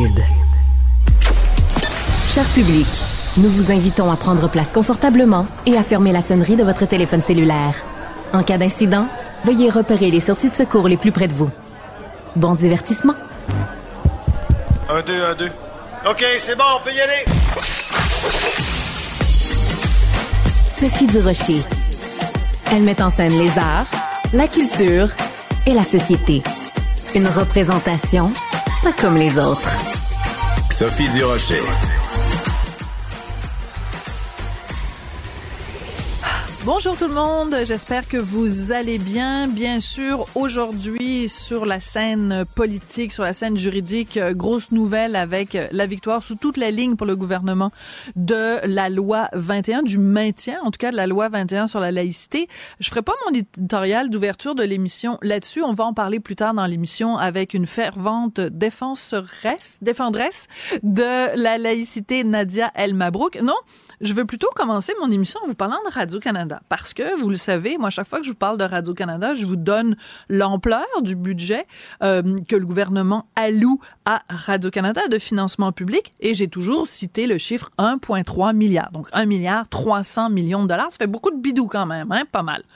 hybride. Cher public, nous vous invitons à prendre place confortablement et à fermer la sonnerie de votre téléphone cellulaire. En cas d'incident, veuillez repérer les sorties de secours les plus près de vous. Bon divertissement. 1, 2, 1, 2. OK, c'est bon, on peut y aller. Sophie Durocher. Elle met en scène les arts, la culture et la société. Une représentation pas comme les autres. Sophie Durocher. Bonjour tout le monde, j'espère que vous allez bien. Bien sûr, aujourd'hui, sur la scène politique, sur la scène juridique, grosse nouvelle avec la victoire sous toute la ligne pour le gouvernement de la loi 21, du maintien, en tout cas de la loi 21 sur la laïcité. Je ferai pas mon éditorial d'ouverture de l'émission là-dessus. On va en parler plus tard dans l'émission avec une fervente défendresse de la laïcité, Nadia El Mabrouk. Non, je veux plutôt commencer mon émission en vous parlant de Radio-Canada. Parce que, vous le savez, moi, chaque fois que je vous parle de Radio-Canada, je vous donne l'ampleur du budget que le gouvernement alloue à Radio-Canada de financement public. Et j'ai toujours cité le chiffre 1,3 milliard. Donc, 1 milliard 300 millions de dollars. Ça fait beaucoup de bidou quand même, hein? Pas mal.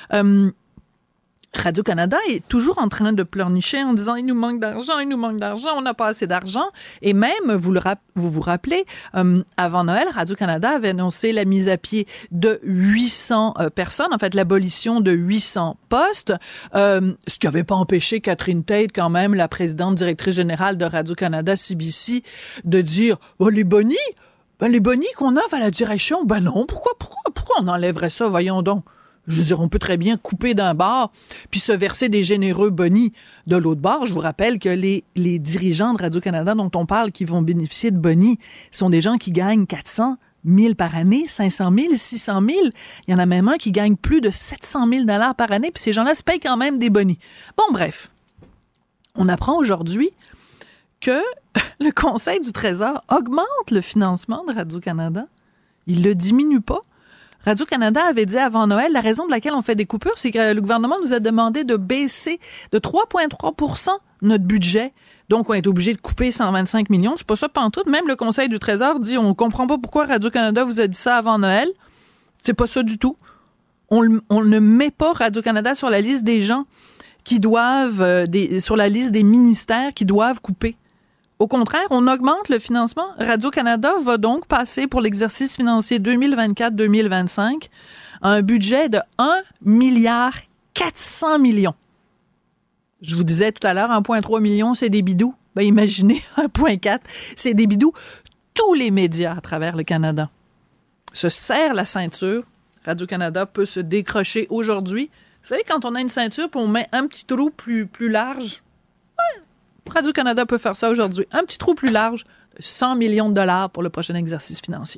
Radio-Canada est toujours en train de pleurnicher en disant « il nous manque d'argent, on n'a pas assez d'argent ». Et même, vous vous rappelez, avant Noël, Radio-Canada avait annoncé la mise à pied de 800 personnes, en fait l'abolition de 800 postes, ce qui n'avait pas empêché Catherine Tate, quand même, la présidente directrice générale de Radio-Canada CBC, de dire oh, les bonnies qu'on offre à la direction, ben non, pourquoi on enlèverait ça, voyons donc. Je veux dire, on peut très bien couper d'un bord puis se verser des généreux bonis de l'autre bord. Je vous rappelle que les dirigeants de Radio-Canada dont on parle qui vont bénéficier de bonis sont des gens qui gagnent 400 000 par année, 500 000, 600 000. Il y en a même un qui gagne plus de 700 000 $ par année, puis ces gens-là se payent quand même des bonis. Bon, bref. On apprend aujourd'hui que le Conseil du Trésor augmente le financement de Radio-Canada. Il le diminue pas. Radio-Canada avait dit avant Noël, la raison de laquelle on fait des coupures, c'est que le gouvernement nous a demandé de baisser de 3,3 % notre budget. Donc, on est obligé de couper 125 millions. C'est pas ça pantoute. Même le Conseil du Trésor dit, on comprend pas pourquoi Radio-Canada vous a dit ça avant Noël. C'est pas ça du tout. On ne met pas Radio-Canada sur la liste des gens qui doivent, sur la liste des ministères qui doivent couper. Au contraire, on augmente le financement. Radio-Canada va donc passer pour l'exercice financier 2024-2025 à un budget de 1 milliard 400 millions. Je vous disais tout à l'heure, 1,3 million, c'est des bidous. Ben, imaginez, 1,4, c'est des bidous. Tous les médias à travers le Canada se serrent la ceinture. Radio-Canada peut se décrocher aujourd'hui. Vous savez, quand on a une ceinture puis on met un petit trou plus large, Radio-Canada peut faire ça aujourd'hui. Un petit trou plus large de 100 millions de dollars pour le prochain exercice financier.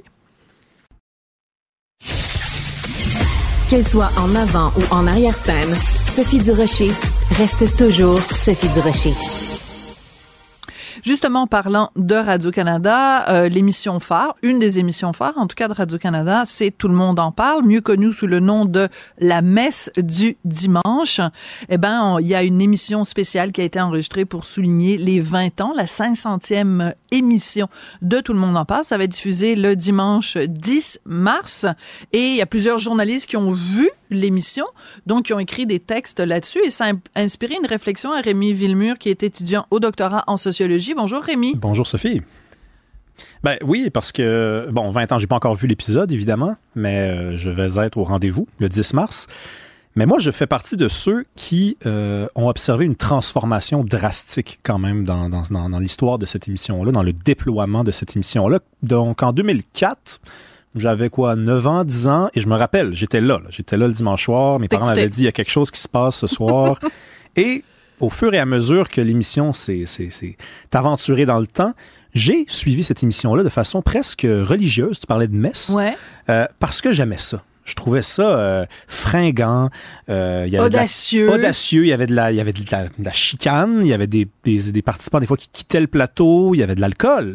Qu'elle soit en avant ou en arrière-scène, Sophie Durocher reste toujours Sophie Durocher. Justement, parlant de Radio-Canada, l'émission phare, une des émissions phares, en tout cas de Radio-Canada, c'est Tout le monde en parle, mieux connu sous le nom de La messe du dimanche. Eh ben, il y a une émission spéciale qui a été enregistrée pour souligner les 20 ans, la 500e émission de Tout le monde en parle. Ça va être diffusé le dimanche 10 mars. Et il y a plusieurs journalistes qui ont vu l'émission, donc qui ont écrit des textes là-dessus, et ça a inspiré une réflexion à Rémi Villemur, qui est étudiant au doctorat en sociologie. Bonjour Rémi. Bonjour Sophie. Ben oui, parce que, 20 ans, j'ai pas encore vu l'épisode, évidemment, mais je vais être au rendez-vous le 10 mars. Mais moi, je fais partie de ceux qui ont observé une transformation drastique quand même dans l'histoire de cette émission-là, dans le déploiement de cette émission-là. Donc, en 2004... J'avais 9 ans, 10 ans, et je me rappelle, j'étais là le dimanche soir, mes parents m'avaient dit, il y a quelque chose qui se passe ce soir. Et au fur et à mesure que l'émission s'est aventurée dans le temps, j'ai suivi cette émission-là de façon presque religieuse. Tu parlais de messe. Ouais. Parce que j'aimais ça. Je trouvais ça fringant. Audacieux. Audacieux. Il y avait de la chicane. Il y avait des participants, des fois, qui quittaient le plateau. Il y avait de l'alcool.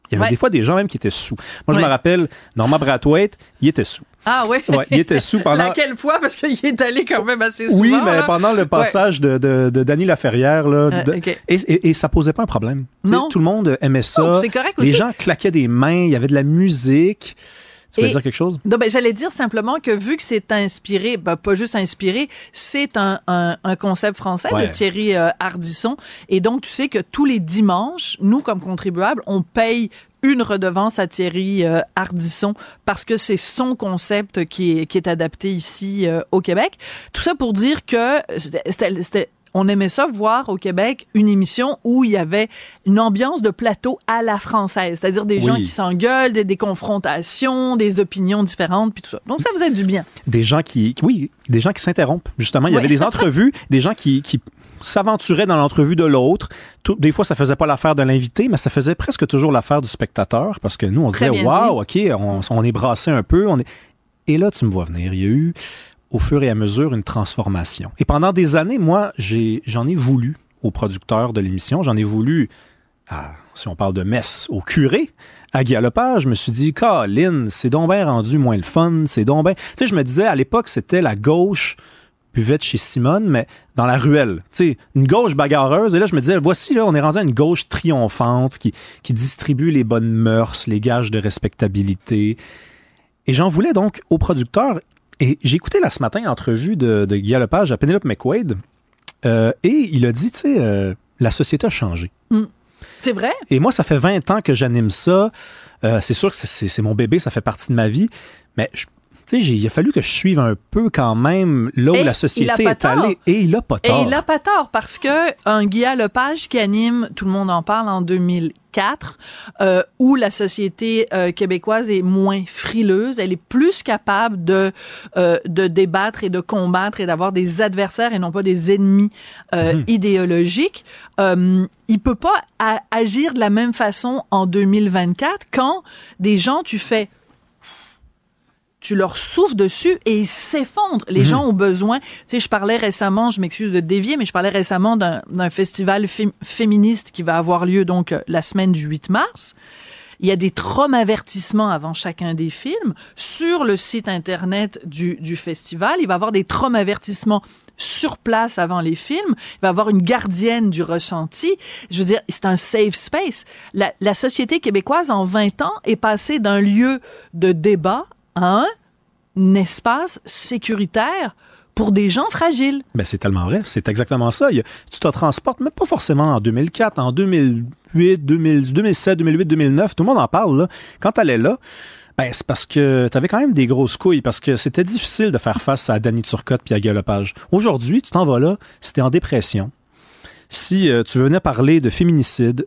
Il y avait des fois des gens même qui étaient sous. Moi, je me rappelle, Norman Brathwaite, il était sous. Ah oui? Ouais, il était sous pendant... Laquelle fois? Parce qu'il est allé quand même assez souvent. Oui, mais là. pendant le passage de Danny Laferrière, là, okay. et ça posait pas un problème. Non. Tout le monde aimait ça. C'est correct Les aussi. gens claquaient des mains, il y avait de la musique. Tu veux dire quelque chose? Non, j'allais dire simplement que vu que c'est inspiré, pas juste inspiré, c'est un concept français de Thierry Ardisson. Et donc, tu sais que tous les dimanches, nous, comme contribuables, on paye une redevance à Thierry Ardisson parce que c'est son concept qui est adapté ici au Québec. Tout ça pour dire que on aimait ça voir au Québec une émission où il y avait une ambiance de plateau à la française, c'est-à-dire des gens qui s'engueulent, des confrontations, des opinions différentes, puis tout ça. Donc ça faisait du bien. Des gens qui s'interrompent. Justement, il y avait des entrevues, des gens qui s'aventuraient dans l'entrevue de l'autre. Des fois, ça faisait pas l'affaire de l'invité, mais ça faisait presque toujours l'affaire du spectateur, parce que nous, on se disait, waouh, OK, on est brassé un peu. Et là, tu me vois venir. Il y a eu, au fur et à mesure, une transformation. Et pendant des années, moi, j'en ai voulu aux producteurs de l'émission. J'en ai voulu, si on parle de messe, au curé, à Guy Lepage. Je me suis dit, Colin, c'est donc bien rendu moins le fun. C'est donc bien... Tu sais, je me disais, à l'époque, c'était la gauche buvette chez Simone, mais dans la ruelle. Tu sais, une gauche bagarreuse. Et là, je me disais, voici, là, on est rendu à une gauche triomphante qui distribue les bonnes mœurs, les gages de respectabilité. Et j'en voulais donc aux producteurs. Et j'ai écouté là ce matin l'entrevue de Guy Lepage à Penelope McQuaid et il a dit, tu sais, la société a changé. C'est vrai? Et moi, ça fait 20 ans que j'anime ça. C'est sûr que c'est mon bébé, ça fait partie de ma vie. Mais tu sais, il a fallu que je suive un peu quand même là où la société est allée. Et il n'a pas tort. Et il n'a pas tort parce que un Guy Lepage qui anime, tout le monde en parle, en 2004, où la société québécoise est moins frileuse, elle est plus capable de débattre et de combattre et d'avoir des adversaires et non pas des ennemis idéologiques. Il peut pas agir de la même façon en 2024 quand des gens, tu leur souffles dessus et ils s'effondrent. Les gens ont besoin... Tu sais, je parlais récemment, je m'excuse de dévier, mais je parlais récemment d'un festival féministe qui va avoir lieu donc la semaine du 8 mars. Il y a des traumavertissements avant chacun des films. Sur le site Internet du festival, il va y avoir des traumavertissements sur place avant les films. Il va y avoir une gardienne du ressenti. Je veux dire, c'est un safe space. La société québécoise, en 20 ans, est passée d'un lieu de débat à un espace sécuritaire pour des gens fragiles. Ben c'est tellement vrai, c'est exactement ça. Tu te transportes, mais pas forcément en 2004, en 2008, 2007, 2008, 2009, tout le monde en parle, là. Quand tu allais là, ben c'est parce que tu avais quand même des grosses couilles, parce que c'était difficile de faire face à Danny Turcotte puis à Guy Lepage. Aujourd'hui, tu t'en vas là, si t'es en dépression, si tu venais parler de féminicide,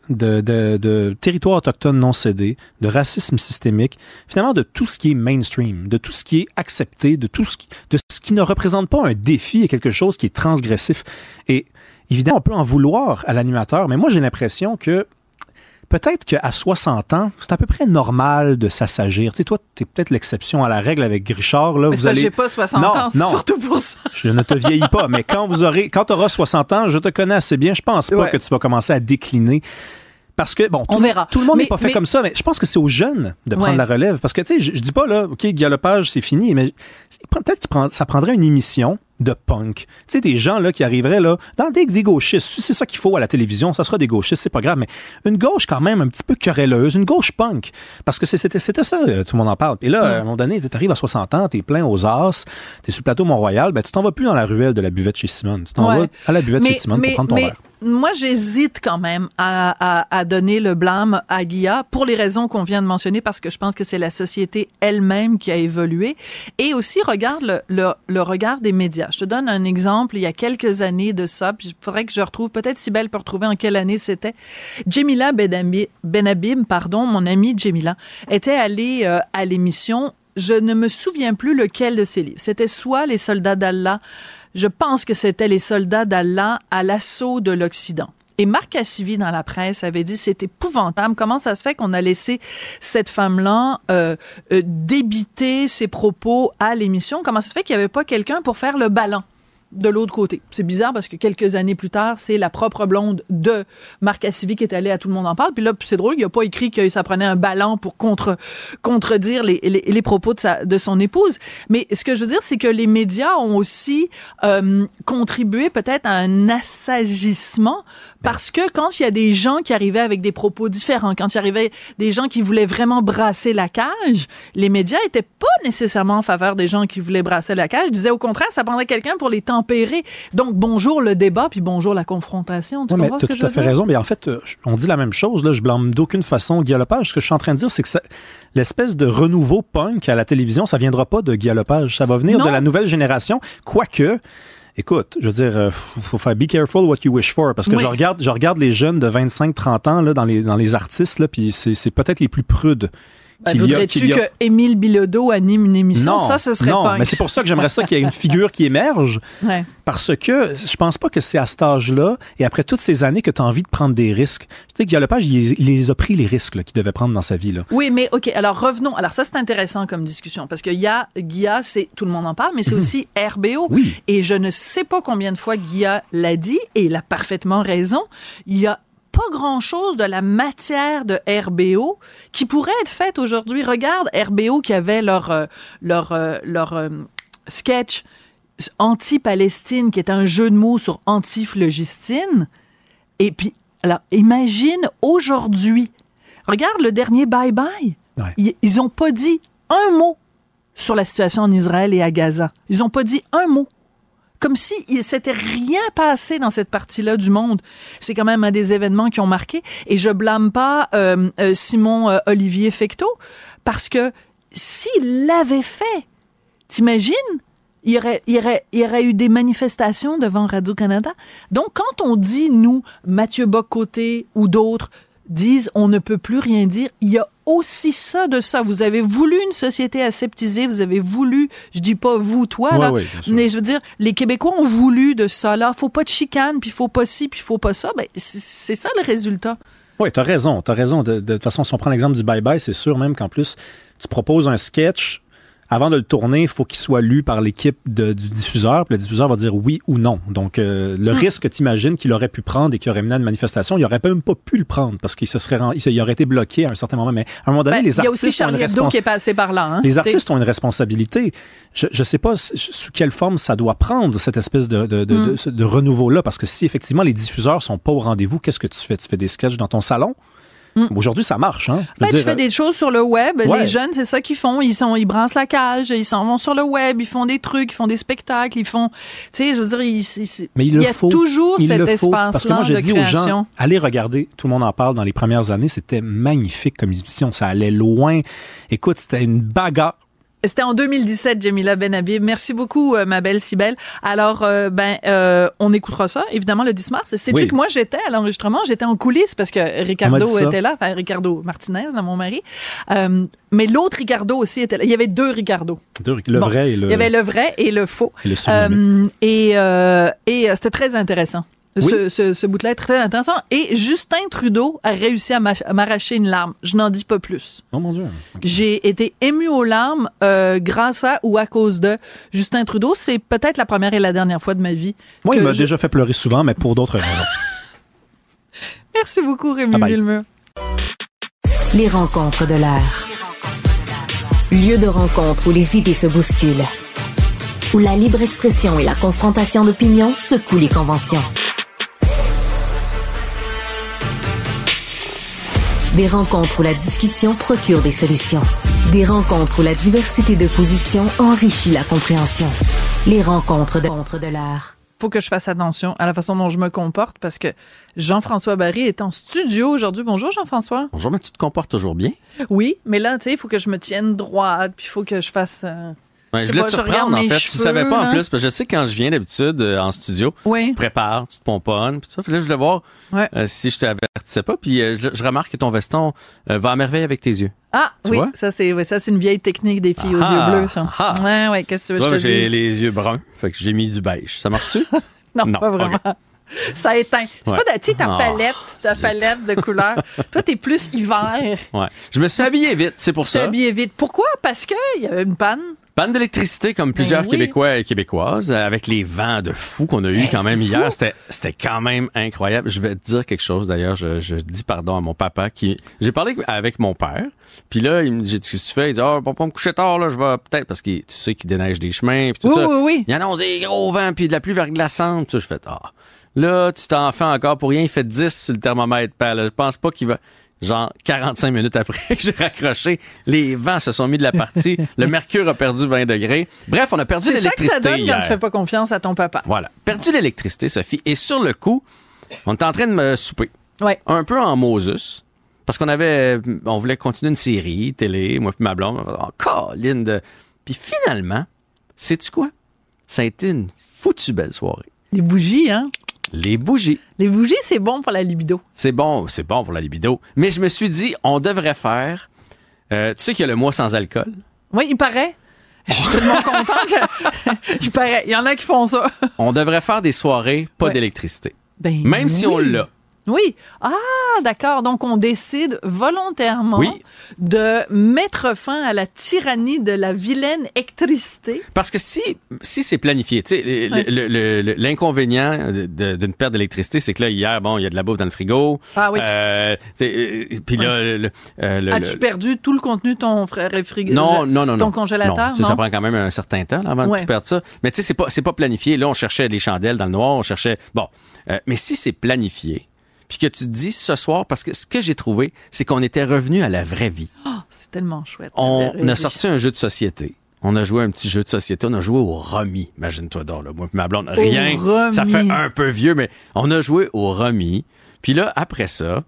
de territoire autochtone non cédé, de racisme systémique, finalement de tout ce qui est mainstream, de tout ce qui est accepté, de ce qui ne représente pas un défi et quelque chose qui est transgressif. Et évidemment, on peut en vouloir à l'animateur, mais moi j'ai l'impression que peut-être qu'à 60 ans, c'est à peu près normal de s'assagir. Tu sais, toi, t'es peut-être l'exception à la règle avec Richard. Là, mais vous allez... j'ai pas 60 ans, c'est surtout pour ça. Je ne te vieillis pas, mais quand tu auras 60 ans, je te connais assez bien, je pense pas que tu vas commencer à décliner. Parce que, bon, tout le monde n'est pas fait comme ça, mais je pense que c'est aux jeunes de prendre la relève. Parce que, tu sais, je dis pas, là, OK, Guy Lepage, c'est fini, mais peut-être ça prendrait une émission de punk. Tu sais, des gens là qui arriveraient là dans des gauchistes. C'est ça qu'il faut à la télévision, ça sera des gauchistes, c'est pas grave, mais une gauche quand même un petit peu querelleuse, une gauche punk. Parce que c'était ça, tout le monde en parle. Et là, à un moment donné, t'arrives à 60 ans, t'es plein aux as, t'es sur le plateau Mont-Royal, ben tu t'en vas plus dans la ruelle de la buvette chez Simone. Tu t'en vas à la buvette chez Simone pour prendre ton verre. Moi, j'hésite quand même à donner le blâme à Guilla pour les raisons qu'on vient de mentionner, parce que je pense que c'est la société elle-même qui a évolué. Et aussi, regarde le regard des médias. Je te donne un exemple. Il y a quelques années de ça, puis il faudrait que je retrouve, peut-être Cybelle peut retrouver en quelle année c'était. Jemila Benhabib, mon amie Jemila, était allée à l'émission. Je ne me souviens plus lequel de ses livres. C'était soit Les soldats d'Allah. Je pense que c'était Les soldats d'Allah à l'assaut de l'Occident. Et Marc Cassivi, dans la presse, avait dit, c'est épouvantable. Comment ça se fait qu'on a laissé cette femme-là débiter ses propos à l'émission? Comment ça se fait qu'il n'y avait pas quelqu'un pour faire le ballon? de l'autre côté. C'est bizarre parce que quelques années plus tard, c'est la propre blonde de Marc Cassivi qui est allée à Tout le monde en parle. Puis là, c'est drôle, il a pas écrit que ça prenait un ballon pour contredire les propos de son épouse. Mais ce que je veux dire, c'est que les médias ont aussi contribué peut-être à un assagissement parce que quand il y a des gens qui arrivaient avec des propos différents, quand il y arrivait des gens qui voulaient vraiment brasser la cage, les médias étaient pas nécessairement en faveur des gens qui voulaient brasser la cage. Ils disaient au contraire, ça prendrait quelqu'un pour les tempérer. Donc, bonjour le débat, puis bonjour la confrontation. Tu comprends ce que je veux dire? Tu as tout à fait raison. Mais en fait, on dit la même chose. Là, je blâme d'aucune façon Guy Lepage. Ce que je suis en train de dire, c'est que l'espèce de renouveau punk à la télévision, ça viendra pas de Guy Lepage. Ça va venir de la nouvelle génération. Quoique, écoute, je veux dire, faut faire be careful what you wish for. Parce que je regarde les jeunes de 25-30 ans là, dans les artistes, là, puis c'est peut-être les plus prudes. Voudrais-tu que Émile Bilodeau anime une émission? Non, ça, ce serait non, punk. mais c'est pour ça que j'aimerais ça qu'il y ait une figure qui émerge. Ouais. Parce que je pense pas que c'est à cet âge-là et après toutes ces années que tu as envie de prendre des risques. Tu sais, Guy Lepage, il les a pris les risques qu'il devait prendre dans sa vie. Là. Oui, mais OK, alors revenons. Alors ça, c'est intéressant comme discussion parce qu'il y a Guilla, c'est tout le monde en parle, mais c'est aussi RBO. Oui. Et je ne sais pas combien de fois Guilla l'a dit et il a parfaitement raison. Il y a pas grand-chose de la matière de RBO qui pourrait être faite aujourd'hui. Regarde RBO qui avait leur sketch anti-Palestine, qui est un jeu de mots sur anti-phlogistine. Et puis, alors, imagine aujourd'hui. Regarde le dernier Bye Bye. Ouais. Ils n'ont pas dit un mot sur la situation en Israël et à Gaza. Ils n'ont pas dit un mot. Comme si il s'était rien passé dans cette partie-là du monde. C'est quand même un des événements qui ont marqué. Et je blâme pas Simon Olivier Fecteau, parce que s'il l'avait fait, t'imagines, il y aurait eu des manifestations devant Radio-Canada. Donc, quand on dit, nous, Mathieu Bock-Côté ou d'autres, disent on ne peut plus rien dire, il y a aussi ça de ça. Vous avez voulu une société aseptisée, vous avez voulu, je dis pas vous, toi, là, mais je veux dire, les Québécois ont voulu de ça, là. Faut pas de chicane, puis faut pas ci, puis faut pas ça. Ben, c'est ça le résultat. Oui, t'as raison. De toute façon, si on prend l'exemple du bye-bye, c'est sûr même qu'en plus, tu proposes un sketch. Avant de le tourner, il faut qu'il soit lu par l'équipe du diffuseur. Puis le diffuseur va dire oui ou non. Donc, le risque que tu imagines qu'il aurait pu prendre et qui aurait mené à une manifestation, il n'aurait même pas pu le prendre parce qu'il aurait été bloqué à un certain moment. Mais à un moment donné, les artistes. Il y a aussi Charlie Hebdo qui est passé par là. Hein? Les artistes ont une responsabilité. Je ne sais pas sous quelle forme ça doit prendre, cette espèce de renouveau-là. Parce que si effectivement les diffuseurs ne sont pas au rendez-vous, qu'est-ce que tu fais? Tu fais des sketchs dans ton salon? Aujourd'hui, ça marche. Hein? Tu fais des choses sur le web. Ouais. Les jeunes, c'est ça qu'ils font. Ils brassent la cage, ils s'en vont sur le web, ils font des trucs, ils font des spectacles, ils font... Tu sais, je veux dire, il y a toujours cet espace-là parce que moi, je dis création. aux gens, allez regarder, tout le monde en parle dans les premières années, c'était magnifique comme émission, ça allait loin. Écoute, c'était une bagarre. C'était en 2017, Jamila Benhabib. Merci beaucoup, ma belle Cybèle. Alors, on écoutera ça, évidemment, le 10 mars. Sais-tu que moi, j'étais à l'enregistrement, j'étais en coulisses parce que Ricardo était là, enfin, Ricardo Martinez, là, mon mari. Mais l'autre Ricardo aussi était là. Il y avait deux Ricardo. Vrai et le... Il y avait le vrai et le faux. Et le et c'était très intéressant. Ce bout-là est très intéressant. Et Justin Trudeau a réussi à m'arracher une larme. Je n'en dis pas plus. Oh mon Dieu. Okay. J'ai été émue aux larmes grâce à ou à cause de Justin Trudeau. C'est peut-être la première et la dernière fois de ma vie. Moi, il m'a déjà fait pleurer souvent, mais pour d'autres raisons. Merci beaucoup, Rémi Villemur. Les rencontres de l'heure. Lieu de rencontre où les idées se bousculent. Où la libre expression et la confrontation d'opinions secouent les conventions. Des rencontres où la discussion procure des solutions. Des rencontres où la diversité de positions enrichit la compréhension. Les rencontres de l'heure. Faut que je fasse attention à la façon dont je me comporte parce que Jean-François Barry est en studio aujourd'hui. Bonjour Jean-François. Bonjour, mais tu te comportes toujours bien? Oui, mais là, tu sais, il faut que je me tienne droite, puis il faut que je fasse... Ouais, je voulais te surprendre, en fait. Tu savais pas, en plus, parce que je sais que quand je viens d'habitude en studio, tu te prépares, tu te pomponnes, puis ça. Puis là, je voulais voir si je t'avertissais pas. Puis je remarque que ton veston va à merveille avec tes yeux. Ah, tu vois? Ça, c'est une vieille technique des filles aux yeux bleus, ça. Ouais, qu'est-ce que tu veux que je te dise? J'ai les yeux bruns, fait que j'ai mis du beige. Ça marche-tu? non, pas vraiment. Okay. Ça éteint. C'est pas ta palette de couleurs. Toi, t'es plus hiver. Ouais. Je me suis habillé vite, c'est pour ça. Tu t'es habillé vite. Pourquoi? Parce qu'il y avait une panne. Panne d'électricité comme plusieurs Québécois et Québécoises, avec les vents de fou qu'on a eu quand même hier. C'était quand même incroyable. Je vais te dire quelque chose d'ailleurs. Je dis pardon à mon papa j'ai parlé avec mon père. Puis là, il me dit, qu'est-ce que tu fais? Il dit, pour pas me coucher tard, là, je vais peut-être, parce que tu sais qu'il déneige des chemins. Puis tout ça. Oui. Il annonce des gros vents puis de la pluie verglaçante. Puis ça, je fais, là, tu t'en fais encore pour rien. Il fait 10 sur le thermomètre. Je pense pas qu'il va... Genre 45 minutes après que j'ai raccroché, les vents se sont mis de la partie, le mercure a perdu 20 degrés. Bref, on a perdu l'électricité. C'est ça que ça donne hier. quand tu fais pas confiance à ton papa. Voilà. Perdu l'électricité, Sophie. Et sur le coup, on était en train de me souper. Ouais. Un peu en Moses. Parce on voulait continuer une série, télé, moi puis ma blonde. Colline de... Puis finalement, sais-tu quoi? Ça a été une foutue belle soirée. Les bougies, hein? Les bougies. Les bougies, c'est bon pour la libido. C'est bon pour la libido. Mais je me suis dit, on devrait faire... tu sais qu'il y a le mois sans alcool? Oui, il paraît. Je suis tellement content il paraît. Il y en a qui font ça. On devrait faire des soirées, pas d'électricité. Même si on l'a. Oui. Ah, d'accord. Donc, on décide volontairement de mettre fin à la tyrannie de la vilaine électricité. Parce que si c'est planifié, tu sais, l'inconvénient d'une perte d'électricité, c'est que là, hier, il y a de la bouffe dans le frigo. Ah oui. Puis là... As-tu perdu tout le contenu de ton réfrigérateur? Non. Ton congélateur? Non. Ça prend quand même un certain temps là, avant que tu perdes ça. Mais tu sais, c'est pas planifié. Là, on cherchait les chandelles dans le noir, on cherchait... Bon. Mais si c'est planifié, puis que tu te dis ce soir, parce que ce que j'ai trouvé, c'est qu'on était revenu à la vraie vie. Oh, c'est tellement chouette. On a sorti un jeu de société. On a joué un petit jeu de société. On a joué au Rummy. Imagine-toi donc, là, moi et ma blonde. Rien. Ça fait un peu vieux, mais on a joué au Rummy. Puis là, après ça,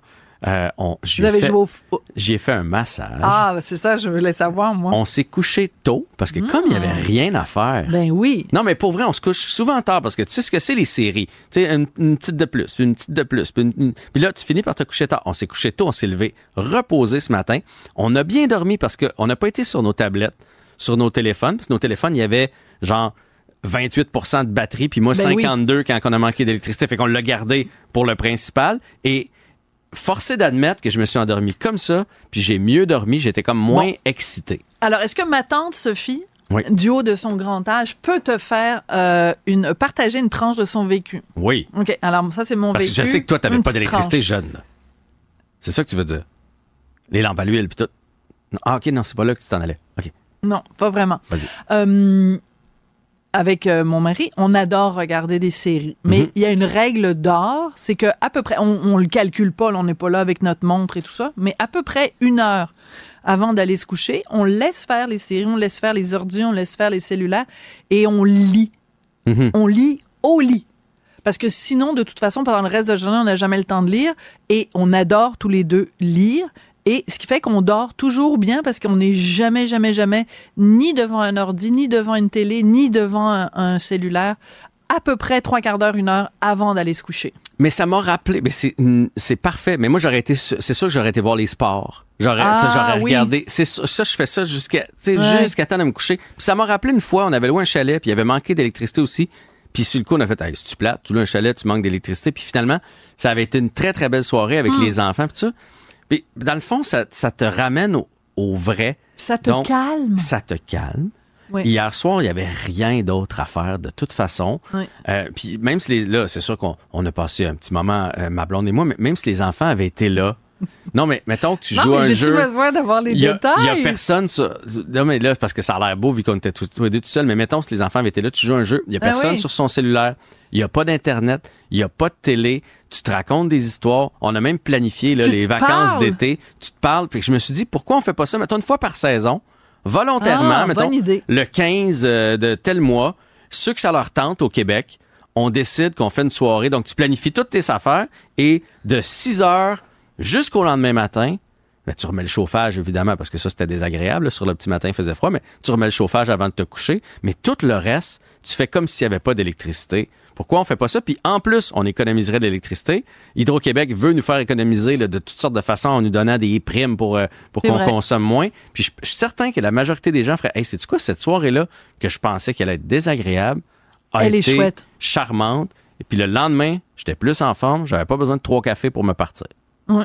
j'y ai fait un massage. Ah, c'est ça, je voulais savoir, moi. On s'est couché tôt, parce que comme il n'y avait rien à faire... Ben oui. Non, mais pour vrai, on se couche souvent tard, parce que tu sais ce que c'est les séries. Tu sais, une petite de plus, puis une petite de plus. Puis là, tu finis par te coucher tard. On s'est couché tôt, on s'est levé reposé ce matin. On a bien dormi, parce qu'on n'a pas été sur nos tablettes, sur nos téléphones, parce que nos téléphones, il y avait genre 28% de batterie, puis moi 52% quand on a manqué d'électricité. Fait qu'on l'a gardé pour le principal. Et... forcé d'admettre que je me suis endormi comme ça, puis j'ai mieux dormi, j'étais comme moins excité. Alors, est-ce que ma tante Sophie, du haut de son grand âge, peut te faire partager une tranche de son vécu? Oui. OK, alors ça, c'est mon vécu. Parce que je sais que toi, tu n'avais pas d'électricité jeune. C'est ça que tu veux dire? Les lampes à l'huile, puis tout. Ah, OK, non, c'est pas là que tu t'en allais. OK. Non, pas vraiment. Vas-y. Avec mon mari, on adore regarder des séries. Mais il y a une règle d'or, c'est que à peu près, on le calcule pas, là, on n'est pas là avec notre montre et tout ça, mais à peu près 1 heure avant d'aller se coucher, on laisse faire les séries, on laisse faire les ordi, on laisse faire les cellulaires et on lit. On lit au lit. Parce que sinon, de toute façon, pendant le reste de la journée, on n'a jamais le temps de lire et on adore tous les deux lire. Et ce qui fait qu'on dort toujours bien parce qu'on n'est jamais ni devant un ordi, ni devant une télé, ni devant un cellulaire, à peu près 3/4 d'heure, 1 heure avant d'aller se coucher. Mais ça m'a rappelé, mais c'est parfait. Mais moi, c'est sûr que j'aurais été voir les sports. J'aurais regardé. C'est ça, je fais ça jusqu'à temps de me coucher. Puis ça m'a rappelé une fois, on avait loué un chalet, puis il y avait manqué d'électricité aussi. Puis sur le coup, on a fait, hey, c'est-tu plate? Tu loues un chalet, tu manques d'électricité. Puis finalement, ça avait été une très, très belle soirée avec les enfants, puis tout ça. Puis, dans le fond, ça te ramène au vrai. Ça te calme. Ça te calme. Oui. Hier soir, il n'y avait rien d'autre à faire de toute façon. Oui. Puis même si là, c'est sûr qu'on a passé un petit moment, ma blonde et moi, mais même si les enfants avaient été là. Non, mais mettons que tu joues un jeu. J'ai-tu besoin d'avoir les détails? Il n'y a personne. Non, mais là, parce que ça a l'air beau vu qu'on était tous les deux tout seuls. Mais mettons, si les enfants avaient été là, tu joues un jeu. Il n'y a personne sur son cellulaire. Il n'y a pas d'Internet. Il n'y a pas de télé. Tu te racontes des histoires. On a même planifié les vacances d'été. Tu te parles. Puis je me suis dit, pourquoi on ne fait pas ça, mettons, une fois par saison, volontairement, mettons, le 15 de tel mois, ceux que ça leur tente au Québec, on décide qu'on fait une soirée. Donc, tu planifies toutes tes affaires et de 6 heures jusqu'au lendemain matin, ben, tu remets le chauffage, évidemment, parce que ça, c'était désagréable. Là, sur le petit matin, il faisait froid, mais tu remets le chauffage avant de te coucher. Mais tout le reste, tu fais comme s'il n'y avait pas d'électricité. Pourquoi on fait pas ça? Puis en plus, on économiserait de l'électricité. Hydro-Québec veut nous faire économiser là, de toutes sortes de façons en nous donnant des primes pour qu'on consomme moins. Puis je suis certain que la majorité des gens feraient « Hey, sais-tu quoi, cette soirée-là, que je pensais qu'elle allait être désagréable, elle est chouette, charmante. » Et puis le lendemain, j'étais plus en forme, j'avais pas besoin de 3 cafés pour me partir. Oui.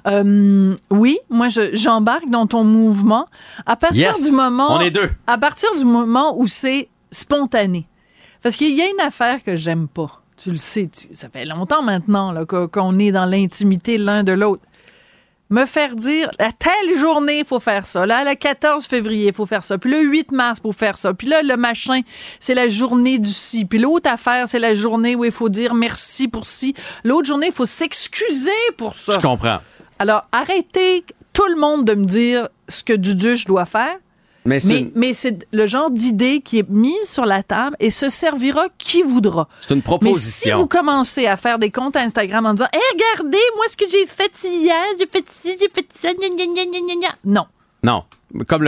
Oui, moi j'embarque dans ton mouvement à partir du moment. On est deux. À partir du moment où c'est spontané. Parce qu'il y a une affaire que j'aime pas. Tu le sais, ça fait longtemps maintenant là, qu'on est dans l'intimité l'un de l'autre. Me faire dire, à telle journée, il faut faire ça. Là, le 14 février, il faut faire ça. Puis le 8 mars, il faut faire ça. Puis là, le machin, c'est la journée du ci. Puis l'autre affaire, c'est la journée où il faut dire merci pour ci. L'autre journée, il faut s'excuser pour ça. Je comprends. Alors, arrêtez tout le monde de me dire ce que Duduche doit faire. Mais c'est le genre d'idée qui est mise sur la table et se servira qui voudra. C'est une proposition. Mais si vous commencez à faire des comptes Instagram en disant « Hey, regardez, moi, ce que j'ai fait hier, j'ai fait ci, j'ai fait ça, gna, gna, gna, gna, gna. » Non. Non. Comme le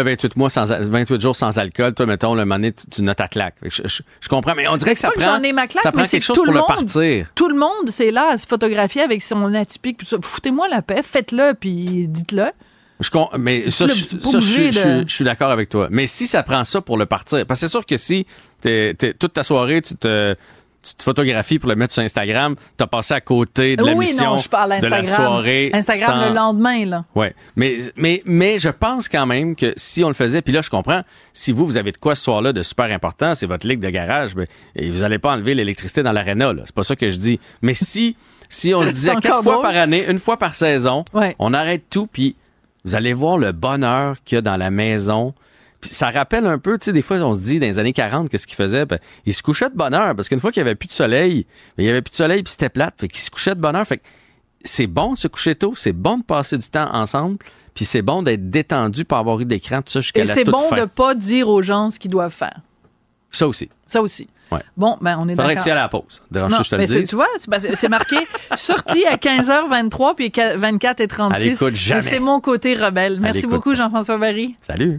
28 jours sans alcool, toi, mettons, le moment donné, tu notes ta claque. Je comprends, mais on dirait que ça prend... J'en ai ma claque, ça prend mais quelque chose pour le partir. Tout le monde, c'est là à se photographier avec son atypique. Foutez-moi la paix, faites-le, puis dites-le. Mais ça, je suis d'accord avec toi. Mais si ça prend ça pour le partir, parce que c'est sûr que si toute ta soirée, tu te photographies pour le mettre sur Instagram, t'as passé à côté de la mission de la soirée. Instagram le lendemain, là. Ouais. Mais je pense quand même que si on le faisait, puis là, je comprends, si vous avez de quoi ce soir-là de super important, c'est votre ligue de garage, et vous allez pas enlever l'électricité dans l'aréna, là. C'est pas ça que je dis. Mais si on se disait 4 fois par année, 1 fois par saison, on arrête tout, puis vous allez voir le bonheur qu'il y a dans la maison. Puis ça rappelle un peu, tu sais, des fois, on se dit, dans les années 40, qu'est-ce qu'ils faisaient? Ben, ils se couchaient de bonne heure, parce qu'une fois qu'il n'y avait plus de soleil, il puis c'était plate, fait qu'ils se couchaient de bonne heure. Fait que c'est bon de se coucher tôt, c'est bon de passer du temps ensemble, puis c'est bon d'être détendu, pas avoir eu d'écran, tout ça jusqu'à la toute fin. Et c'est bon de ne pas dire aux gens ce qu'ils doivent faire. Ça aussi. Ouais. Bon, ben on est faudrait d'accord. que tu y ailles à la pause. Non, je te le dis. Tu vois, c'est marqué sortie à 15h23 puis 24h36. Elle écoute jamais. C'est mon côté rebelle. Merci beaucoup, Jean-François Barry. Salut.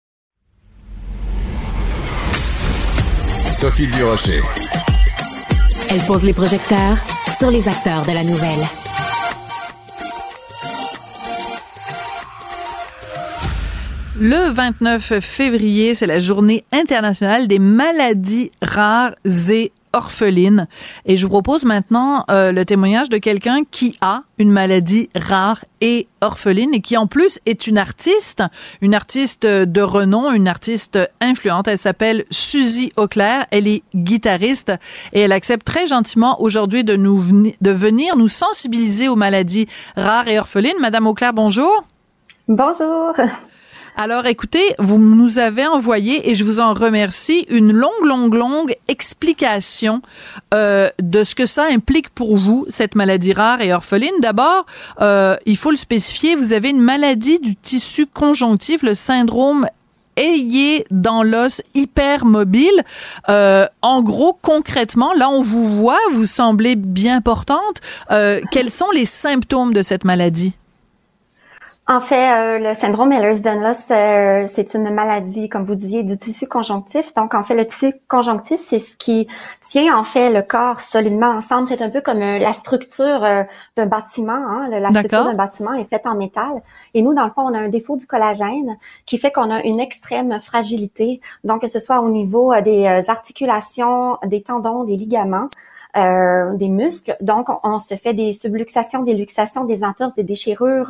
Sophie Durocher. Elle pose les projecteurs sur les acteurs de la nouvelle. Le 29 février, c'est la journée internationale des maladies rares et orphelines. Et je vous propose maintenant le témoignage de quelqu'un qui a une maladie rare et orpheline et qui en plus est une artiste de renom, une artiste influente. Elle s'appelle Suzy Auclair. Elle est guitariste et elle accepte très gentiment aujourd'hui de venir nous sensibiliser aux maladies rares et orphelines. Madame Auclair, bonjour. Bonjour. Alors, écoutez, vous nous avez envoyé, et je vous en remercie, une longue explication de ce que ça implique pour vous, cette maladie rare et orpheline. D'abord, il faut le spécifier, vous avez une maladie du tissu conjonctif, le syndrome ayé dans l'os hypermobile. En gros, concrètement, là, on vous voit, vous semblez bien portante. Quels sont les symptômes de cette maladie? En fait, le syndrome Ehlers-Danlos, c'est une maladie, comme vous disiez, du tissu conjonctif. Donc, en fait, le tissu conjonctif, c'est ce qui tient, en fait, le corps solidement ensemble. C'est un peu comme la structure d'un bâtiment. Hein? La structure d'un bâtiment est faite en métal. Et nous, dans le fond, on a un défaut du collagène qui fait qu'on a une extrême fragilité. Donc, que ce soit au niveau des articulations, des tendons, des ligaments, des muscles. Donc, on se fait des subluxations, des luxations, des entorses, des déchirures.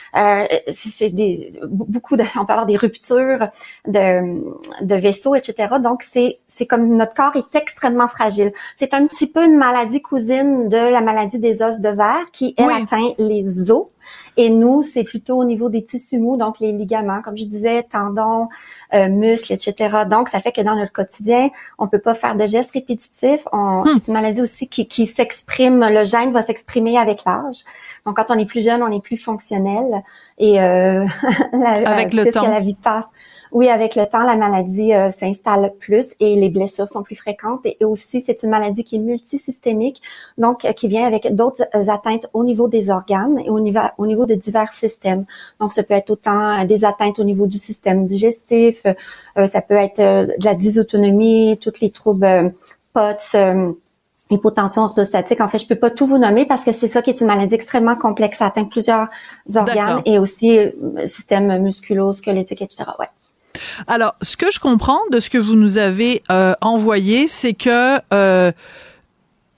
On peut avoir des ruptures de vaisseaux, etc. Donc, c'est comme notre corps est extrêmement fragile. C'est un petit peu une maladie cousine de la maladie des os de verre qui, elle, atteint les os. Et nous, c'est plutôt au niveau des tissus mous, donc les ligaments, comme je disais, tendons, muscles, etc. Donc, ça fait que dans notre quotidien, on peut pas faire de gestes répétitifs. C'est une maladie aussi qui s'exprime, le gène va s'exprimer avec l'âge. Donc, quand on est plus jeune, on est plus fonctionnel. Et avec le temps. La vie passe. Oui, avec le temps, la maladie s'installe plus et les blessures sont plus fréquentes. Et aussi, c'est une maladie qui est multisystémique, donc qui vient avec d'autres atteintes au niveau des organes et au niveau de divers systèmes. Donc, ça peut être autant des atteintes au niveau du système digestif, ça peut être de la dysautonomie, tous les troubles POTS, hypotension orthostatique. En fait, je peux pas tout vous nommer parce que c'est ça qui est une maladie extrêmement complexe. Ça atteint plusieurs organes et aussi système musculo-squelettique, etc. Ouais. Alors, ce que je comprends de ce que vous nous avez envoyé, c'est que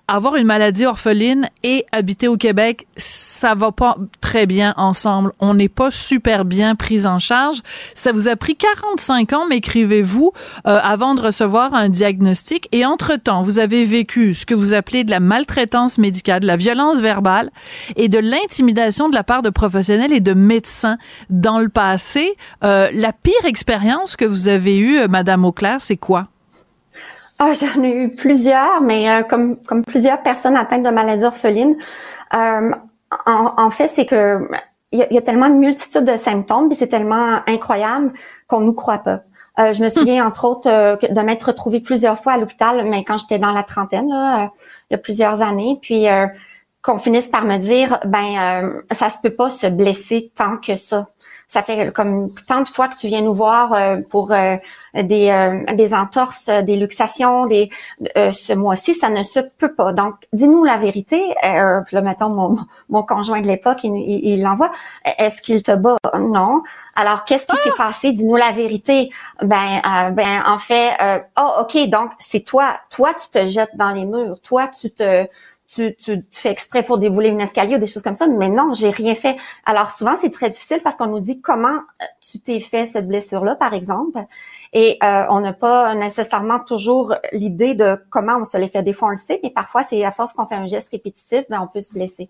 avoir une maladie orpheline et habiter au Québec, ça va pas très bien ensemble. On n'est pas super bien pris en charge. Ça vous a pris 45 ans, m'écrivez-vous, avant de recevoir un diagnostic. Et entre-temps, vous avez vécu ce que vous appelez de la maltraitance médicale, de la violence verbale et de l'intimidation de la part de professionnels et de médecins dans le passé. La pire expérience que vous avez eue, Madame Auclair, c'est quoi? J'en ai eu plusieurs, mais comme plusieurs personnes atteintes de maladies orphelines, en fait, c'est que il y a tellement de multitudes de symptômes, puis c'est tellement incroyable qu'on nous croit pas. Je me souviens entre autres de m'être retrouvée plusieurs fois à l'hôpital, mais quand j'étais dans la trentaine, là, il y a plusieurs années, puis qu'on finisse par me dire, ça se peut pas se blesser tant que ça. Ça fait comme tant de fois que tu viens nous voir pour des entorses, des luxations, ce mois-ci, ça ne se peut pas. Donc, dis-nous la vérité. Puis là, mettons, mon conjoint de l'époque, il l'envoie. Est-ce qu'il te bat? Non. Alors, qu'est-ce qui s'est passé? Dis-nous la vérité. En fait, OK, donc c'est toi. Toi, tu te jettes dans les murs. Toi, tu fais exprès pour débouler un escalier ou des choses comme ça, mais non, j'ai rien fait. Alors souvent, c'est très difficile parce qu'on nous dit comment tu t'es fait cette blessure-là, par exemple, et on n'a pas nécessairement toujours l'idée de comment on se l'est fait. Des fois, on le sait, mais parfois, c'est à force qu'on fait un geste répétitif, on peut se blesser.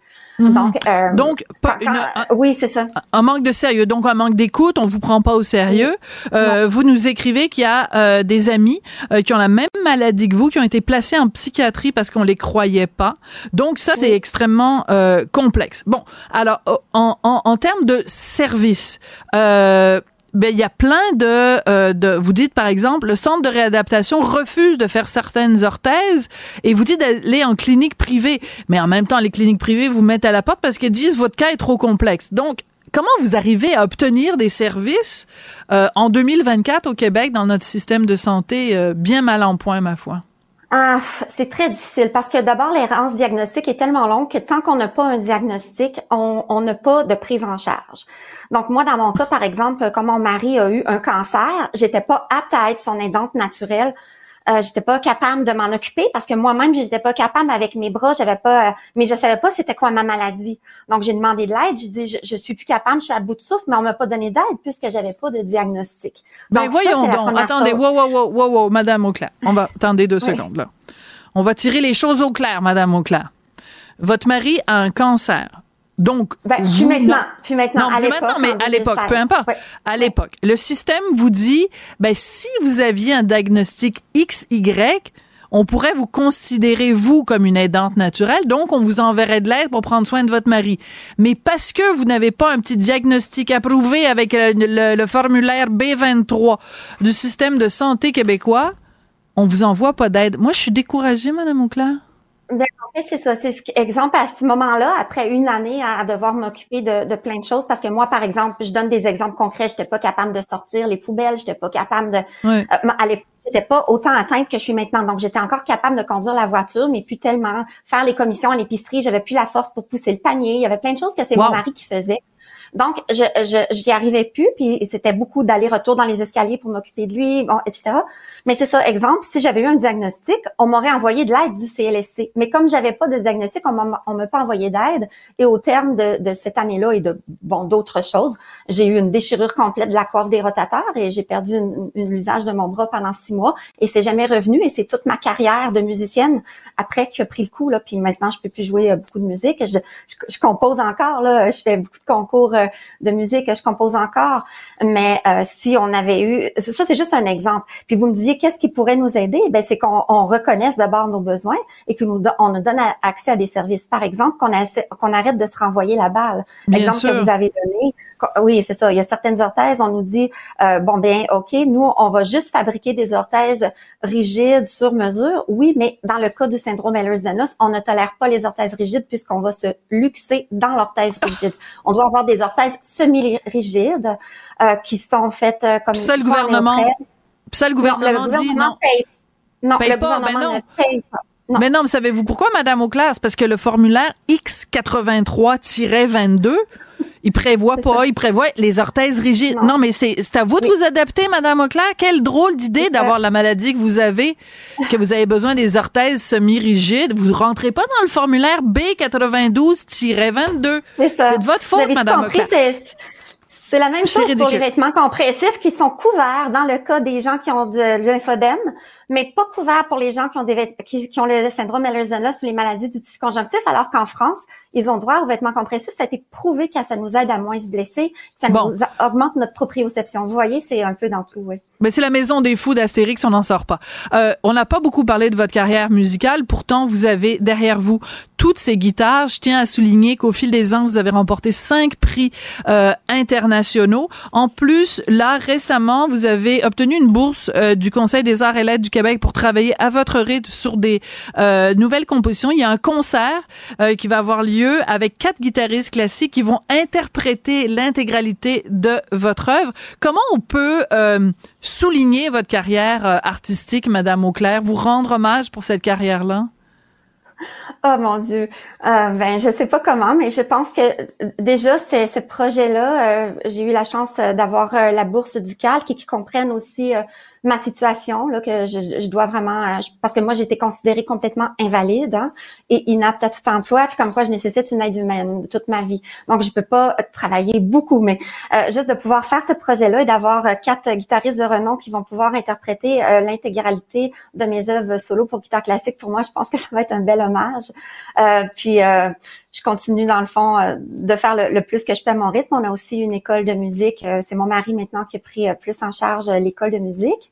Oui, c'est ça. Un manque de sérieux, donc un manque d'écoute, on vous prend pas au sérieux. Vous nous écrivez qu'il y a des amis qui ont la même maladie que vous, qui ont été placés en psychiatrie parce qu'on les croyait pas. Donc ça, c'est extrêmement complexe. Bon, alors en termes de service, il y a plein de vous dites par exemple, le centre de réadaptation refuse de faire certaines orthèses et vous dites d'aller en clinique privée. Mais en même temps, les cliniques privées vous mettent à la porte parce qu'elles disent votre cas est trop complexe. Donc, comment vous arrivez à obtenir des services en 2024 au Québec dans notre système de santé bien mal en point, ma foi? C'est très difficile parce que d'abord, l'errance diagnostique est tellement longue que tant qu'on n'a pas un diagnostic, on n'a pas de prise en charge. Donc, moi, dans mon cas, par exemple, quand mon mari a eu un cancer, j'étais pas apte à être son aidante naturelle. J'étais pas capable de m'en occuper parce que moi-même, j'étais pas capable avec mes bras, mais je savais pas c'était quoi ma maladie. Donc, j'ai demandé de l'aide. J'ai dit, je suis plus capable, je suis à bout de souffle, mais on m'a pas donné d'aide puisque j'avais pas de diagnostic. Donc, voyons donc. Attendez, wow, Madame Auclair. Attendez 2 secondes, là. On va tirer les choses au clair, Madame Auclair. Votre mari a un cancer. Donc, puis maintenant, à l'époque, peu importe. Ouais. À l'époque, le système vous dit, si vous aviez un diagnostic XY, on pourrait vous considérer, vous, comme une aidante naturelle, donc on vous enverrait de l'aide pour prendre soin de votre mari. Mais parce que vous n'avez pas un petit diagnostic approuvé avec le formulaire B23 du système de santé québécois, on vous envoie pas d'aide. Moi, je suis découragée, Madame Auclair. En fait, c'est ça. C'est exemple à ce moment-là, après une année à devoir m'occuper de plein de choses, parce que moi, par exemple, je donne des exemples concrets. J'étais pas capable de sortir les poubelles. J'étais pas capable de. À l'époque, j'étais pas autant atteinte que je suis maintenant. Donc, j'étais encore capable de conduire la voiture, mais plus tellement faire les commissions à l'épicerie. J'avais plus la force pour pousser le panier. Il y avait plein de choses que c'est mon mari qui faisait. Donc, j'y arrivais plus, puis c'était beaucoup d'aller-retour dans les escaliers pour m'occuper de lui, etc. Mais c'est ça, exemple, si j'avais eu un diagnostic, on m'aurait envoyé de l'aide du CLSC. Mais comme j'avais pas de diagnostic, on m'a pas envoyé d'aide. Et au terme de cette année-là et d'autres choses, j'ai eu une déchirure complète de la coiffe des rotateurs et j'ai perdu l'usage de mon bras pendant 6 mois. Et c'est jamais revenu. Et c'est toute ma carrière de musicienne après qui a pris le coup, là. Puis maintenant, je peux plus jouer beaucoup de musique. Je compose encore, là. Je fais beaucoup de concours de musique, je compose encore, mais si on avait eu, ça c'est juste un exemple. Puis vous me disiez qu'est-ce qui pourrait nous aider? C'est qu'on reconnaisse d'abord nos besoins et que on nous donne accès à des services. Par exemple, qu'on arrête de se renvoyer la balle. L'exemple que vous avez donné, oui, c'est ça. Il y a certaines orthèses, on nous dit OK, nous on va juste fabriquer des orthèses rigides sur mesure. Oui, mais dans le cas du syndrome Ehlers-Danlos, on ne tolère pas les orthèses rigides puisqu'on va se luxer dans l'orthèse rigide. On doit avoir des orthèses semi-rigides qui sont faites comme ça. Le gouvernement dit non. Non, le gouvernement ne paye pas. Non. Mais non, savez-vous pourquoi, Madame Auclair? C'est parce que le formulaire X83-22, il prévoit les orthèses rigides. Non, mais c'est à vous de vous adapter, Madame Auclair. Quelle drôle d'idée d'avoir la maladie que vous avez besoin des orthèses semi-rigides. Vous rentrez pas dans le formulaire B92-22. C'est de votre faute, Madame Auclair. C'est la même chose pour les vêtements compressifs qui sont couverts dans le cas des gens qui ont de lymphodème, mais pas couverts pour les gens qui ont qui ont le syndrome Ehlers-Danlos ou les maladies du tissu conjonctif, alors qu'en France, ils ont droit aux vêtements compressifs. Ça a été prouvé que ça nous aide à moins se blesser, ça nous augmente notre proprioception. Vous voyez, c'est un peu dans tout, oui. Mais c'est la maison des fous d'Astérix, on n'en sort pas. On n'a pas beaucoup parlé de votre carrière musicale, pourtant vous avez derrière vous toutes ces guitares. Je tiens à souligner qu'au fil des ans, vous avez remporté 5 prix internationaux. En plus, là, récemment, vous avez obtenu une bourse du Conseil des arts et lettres du Québec pour travailler à votre rythme sur des nouvelles compositions. Il y a un concert qui va avoir lieu avec 4 guitaristes classiques qui vont interpréter l'intégralité de votre œuvre. Comment on peut souligner votre carrière artistique, Madame Auclair, vous rendre hommage pour cette carrière-là? Oh mon Dieu, je sais pas comment, mais je pense que déjà ce projet-là, j'ai eu la chance d'avoir la bourse du Calque et qui comprennent aussi ma situation là que je dois vraiment parce que moi j'ai été considérée complètement invalide et inapte à tout emploi, puis comme quoi je nécessite une aide humaine toute ma vie. Donc je peux pas travailler beaucoup, mais juste de pouvoir faire ce projet-là et d'avoir 4 guitaristes de renom qui vont pouvoir interpréter l'intégralité de mes œuvres solo pour guitare classique, pour moi je pense que ça va être un bel hommage. Puis je continue dans le fond de faire le plus que je peux à mon rythme. On a aussi une école de musique. C'est mon mari maintenant qui a pris plus en charge l'école de musique.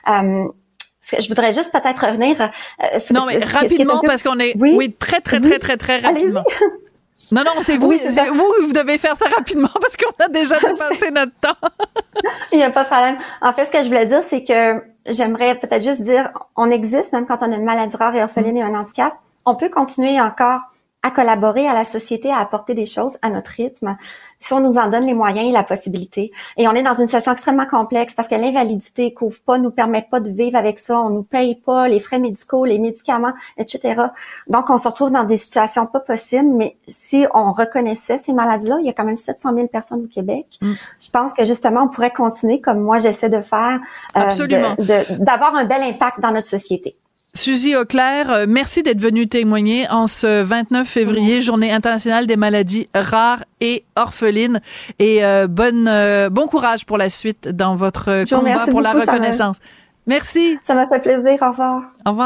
Je voudrais juste peut-être revenir. Non, mais rapidement parce qu'on est très rapidement. Non, c'est vous. Vous devez faire ça rapidement parce qu'on a déjà dépassé notre temps. Il n'y a pas de problème. En fait, ce que je voulais dire, c'est que j'aimerais peut-être juste dire, on existe même quand on a une maladie rare et orpheline et un handicap. On peut continuer encore à collaborer à la société, à apporter des choses à notre rythme, si on nous en donne les moyens et la possibilité. Et on est dans une situation extrêmement complexe parce que l'invalidité nous permet pas de vivre avec ça, on nous paye pas les frais médicaux, les médicaments, etc. Donc, on se retrouve dans des situations pas possibles, mais si on reconnaissait ces maladies-là, il y a quand même 700 000 personnes au Québec. Je pense que justement, on pourrait continuer comme moi j'essaie de faire, d'avoir un bel impact dans notre société. Suzy Auclair, merci d'être venue témoigner en ce 29 février, Journée internationale des maladies rares et orphelines. Et bon courage pour la suite dans votre combat pour la reconnaissance. Merci. Ça m'a fait plaisir. Au revoir. Au revoir.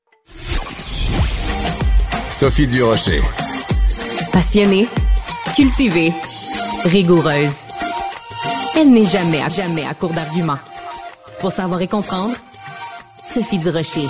Sophie Durocher. Passionnée, cultivée, rigoureuse. Elle n'est jamais à court d'arguments. Pour savoir et comprendre, Sophie Durocher.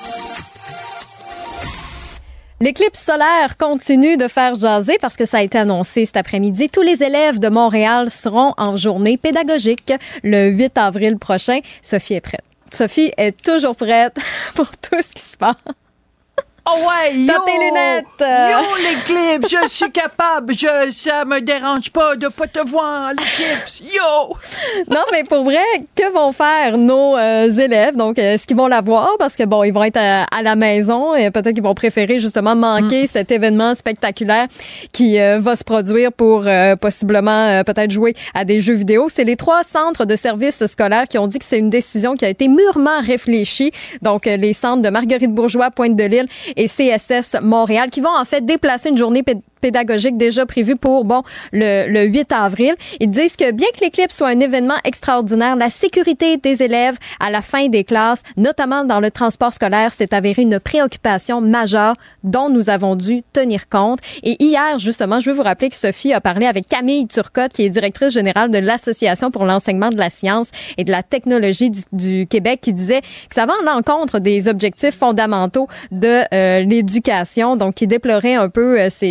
L'éclipse solaire continue de faire jaser parce que ça a été annoncé cet après-midi. Tous les élèves de Montréal seront en journée pédagogique le 8 avril prochain. Sophie est prête. Sophie est toujours prête pour tout ce qui se passe. Oh ouais, yo! Dans tes lunettes! Yo, l'éclipse, je suis capable, ça me dérange pas de pas te voir, l'éclipse, yo! Non, mais pour vrai, que vont faire nos élèves? Donc, est-ce qu'ils vont la voir? Parce que bon, ils vont être à la maison et peut-être qu'ils vont préférer justement manquer cet événement spectaculaire qui va se produire pour possiblement peut-être jouer à des jeux vidéo. C'est les 3 centres de services scolaires qui ont dit que c'est une décision qui a été mûrement réfléchie. Donc, les centres de Marguerite-Bourgeoys, Pointe-de-L'Île et CSS Montréal qui vont en fait déplacer une journée pédagogique déjà prévue pour le 8 avril. Ils disent que bien que l'éclipse soit un événement extraordinaire, la sécurité des élèves à la fin des classes, notamment dans le transport scolaire, s'est avérée une préoccupation majeure dont nous avons dû tenir compte. Et hier, justement, je veux vous rappeler que Sophie a parlé avec Camille Turcotte, qui est directrice générale de l'Association pour l'enseignement de la science et de la technologie du Québec, qui disait que ça va en l'encontre des objectifs fondamentaux de l'éducation, donc qui déplorait un peu ces centres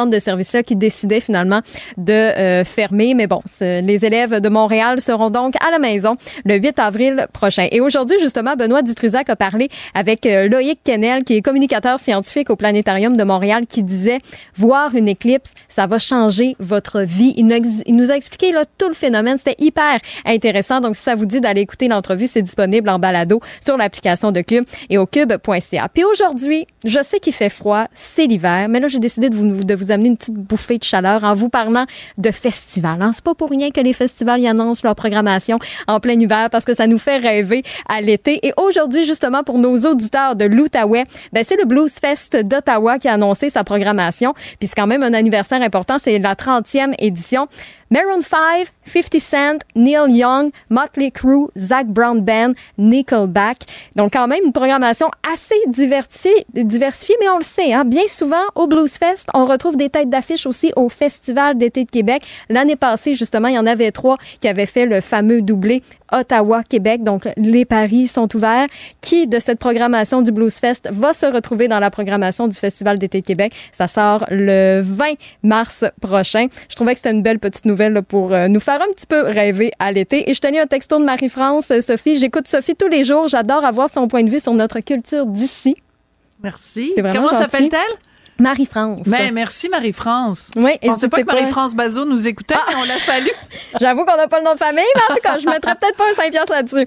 centre de service-là qui décidait finalement de fermer. Mais bon, les élèves de Montréal seront donc à la maison le 8 avril prochain. Et aujourd'hui, justement, Benoît Dutrisac a parlé avec Loïc Kennel, qui est communicateur scientifique au Planétarium de Montréal, qui disait « Voir une éclipse, ça va changer votre vie. » Il nous a expliqué là, tout le phénomène. C'était hyper intéressant. Donc, si ça vous dit d'aller écouter l'entrevue, c'est disponible en balado sur l'application de Cube et au cube.ca. Puis aujourd'hui, je sais qu'il fait froid, c'est l'hiver, mais là, j'ai décidé de vous amener une petite bouffée de chaleur en vous parlant de festivals. Hein? C'est pas pour rien que les festivals y annoncent leur programmation en plein hiver parce que ça nous fait rêver à l'été. Et aujourd'hui, justement, pour nos auditeurs de l'Outaouais, ben, c'est le Blues Fest d'Ottawa qui a annoncé sa programmation. Puis c'est quand même un anniversaire important, c'est la 30e édition. Maroon 5, 50 Cent, Neil Young, Motley Crue, Zac Brown Band, Nickelback. Donc quand même une programmation assez diversifiée, mais on le sait, hein, bien souvent au Blues Fest, on retrouve des têtes d'affiche aussi au Festival d'été de Québec. L'année passée, justement, il y en avait 3 qui avaient fait le fameux doublé Ottawa-Québec. Donc les paris sont ouverts. Qui de cette programmation du Blues Fest va se retrouver dans la programmation du Festival d'été de Québec? Ça sort le 20 mars prochain. Je trouvais que c'était une belle petite nouvelle là, pour nous faire un petit peu rêver à l'été. Et je tenais un texto de Marie-France. Sophie, j'écoute Sophie tous les jours. J'adore avoir son point de vue sur notre culture d'ici. Merci. C'est vraiment Comment gentil. s'appelle-t-elle? Marie-France. Mais merci Marie-France. Oui, je pensais pas que Marie-France Bazot nous écoutait, mais on la salue. J'avoue qu'on n'a pas le nom de famille, mais en tout cas, je mettrais peut-être pas un 5$ là-dessus.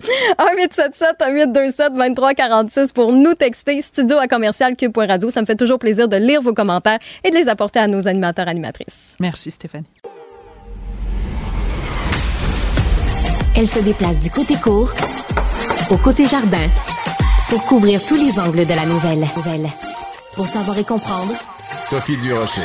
1-877-827-2346 pour nous texter studio@commercialcube.radio. Ça me fait toujours plaisir de lire vos commentaires et de les apporter à nos animateurs animatrices. Merci Stéphanie. Elle se déplace du côté court au côté jardin pour couvrir tous les angles de la nouvelle. Pour savoir et comprendre, Sophie Durocher.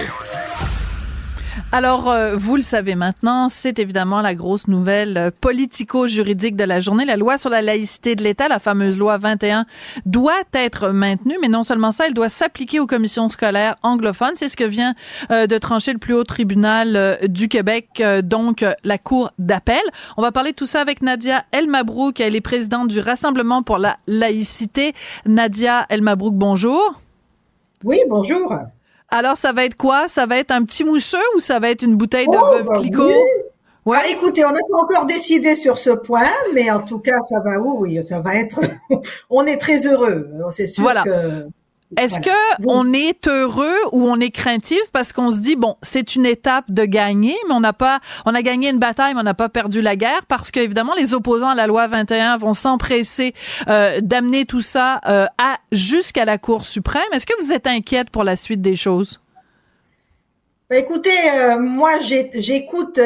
Alors, vous le savez maintenant, c'est évidemment la grosse nouvelle politico-juridique de la journée. La loi sur la laïcité de l'État, la fameuse loi 21, doit être maintenue, mais non seulement ça, elle doit s'appliquer aux commissions scolaires anglophones. C'est ce que vient de trancher le plus haut tribunal du Québec, donc la Cour d'appel. On va parler de tout ça avec Nadia El Mabrouk. Elle est présidente du Rassemblement pour la laïcité. Nadia El Mabrouk, bonjour. Oui, bonjour. Alors, ça va être quoi? Ça va être un petit mousseux ou ça va être une bouteille de Veuve Clicquot? Oui. Ouais. Ah, écoutez, on n'a pas encore décidé sur ce point, mais en tout cas, ça va, oui, ça va être, on est très heureux. C'est sûr voilà. que... Est-ce que on est heureux ou on est craintif parce qu'on se dit bon, c'est une étape de gagner, mais on a gagné une bataille, mais on n'a pas perdu la guerre parce que évidemment les opposants à la loi 21 vont s'empresser d'amener tout ça jusqu'à la Cour suprême. Est-ce que vous êtes inquiète pour la suite des choses? Écoutez, moi j'écoute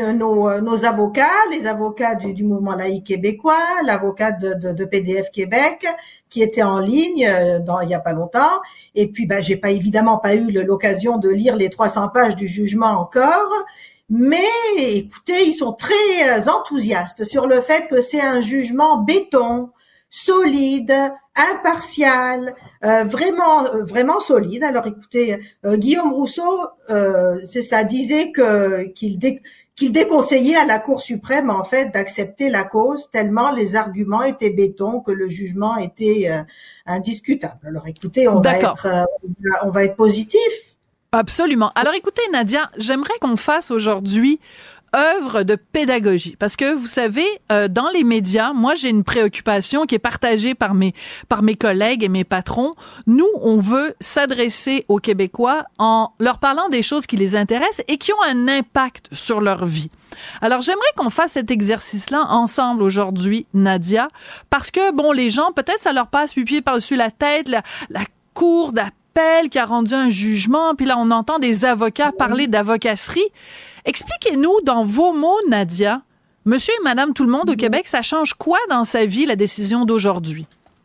nos avocats, les avocats du mouvement laïque québécois, l'avocat de PDF Québec qui était en ligne il y a pas longtemps, et puis j'ai évidemment pas eu l'occasion de lire les 300 pages du jugement encore, mais écoutez, ils sont très enthousiastes sur le fait que c'est un jugement béton, solide, impartial, vraiment solide. Alors écoutez, Guillaume Rousseau, c'est ça, disait qu'il déconseillait à la Cour suprême en fait d'accepter la cause tellement les arguments étaient béton, que le jugement était indiscutable. Alors écoutez, on va être positif. Absolument. Alors écoutez Nadia, j'aimerais qu'on fasse aujourd'hui œuvre de pédagogie. Parce que, vous savez, dans les médias, moi, j'ai une préoccupation qui est partagée par mes collègues et mes patrons. Nous, on veut s'adresser aux Québécois en leur parlant des choses qui les intéressent et qui ont un impact sur leur vie. Alors, j'aimerais qu'on fasse cet exercice-là ensemble aujourd'hui, Nadia, parce que, bon, les gens, peut-être ça leur passe du pied par-dessus la tête, la cour d'appel qui a rendu un jugement, puis là, on entend des avocats parler d'avocasserie. Expliquez-nous dans vos mots, Nadia, monsieur et madame tout le monde au Québec, ça change quoi dans sa vie, la décision d'aujourd'hui?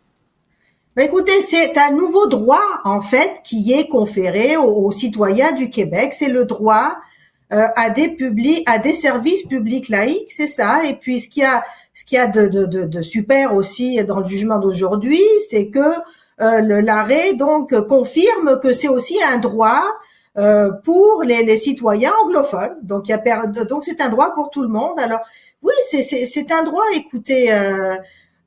Écoutez, c'est un nouveau droit, en fait, qui est conféré aux citoyens du Québec. C'est le droit à des services publics laïques, c'est ça. Et puis, ce qu'il y a de super aussi dans le jugement d'aujourd'hui, c'est que l'arrêt, donc, confirme que c'est aussi un droit pour les citoyens anglophones. Donc donc c'est un droit pour tout le monde. Alors oui, c'est un droit. Écoutez,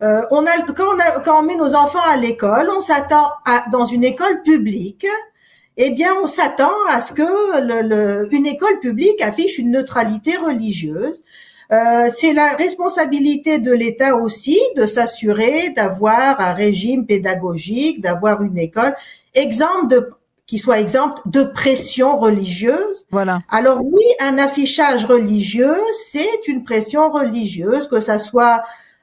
quand on met nos enfants à l'école, on s'attend dans une école publique, eh bien, on s'attend à ce que une école publique affiche une neutralité religieuse. C'est la responsabilité de l'État aussi de s'assurer d'avoir un régime pédagogique, d'avoir une école qui soit exempte de pression religieuse. Voilà. Alors oui, un affichage religieux, c'est une pression religieuse, que ça soit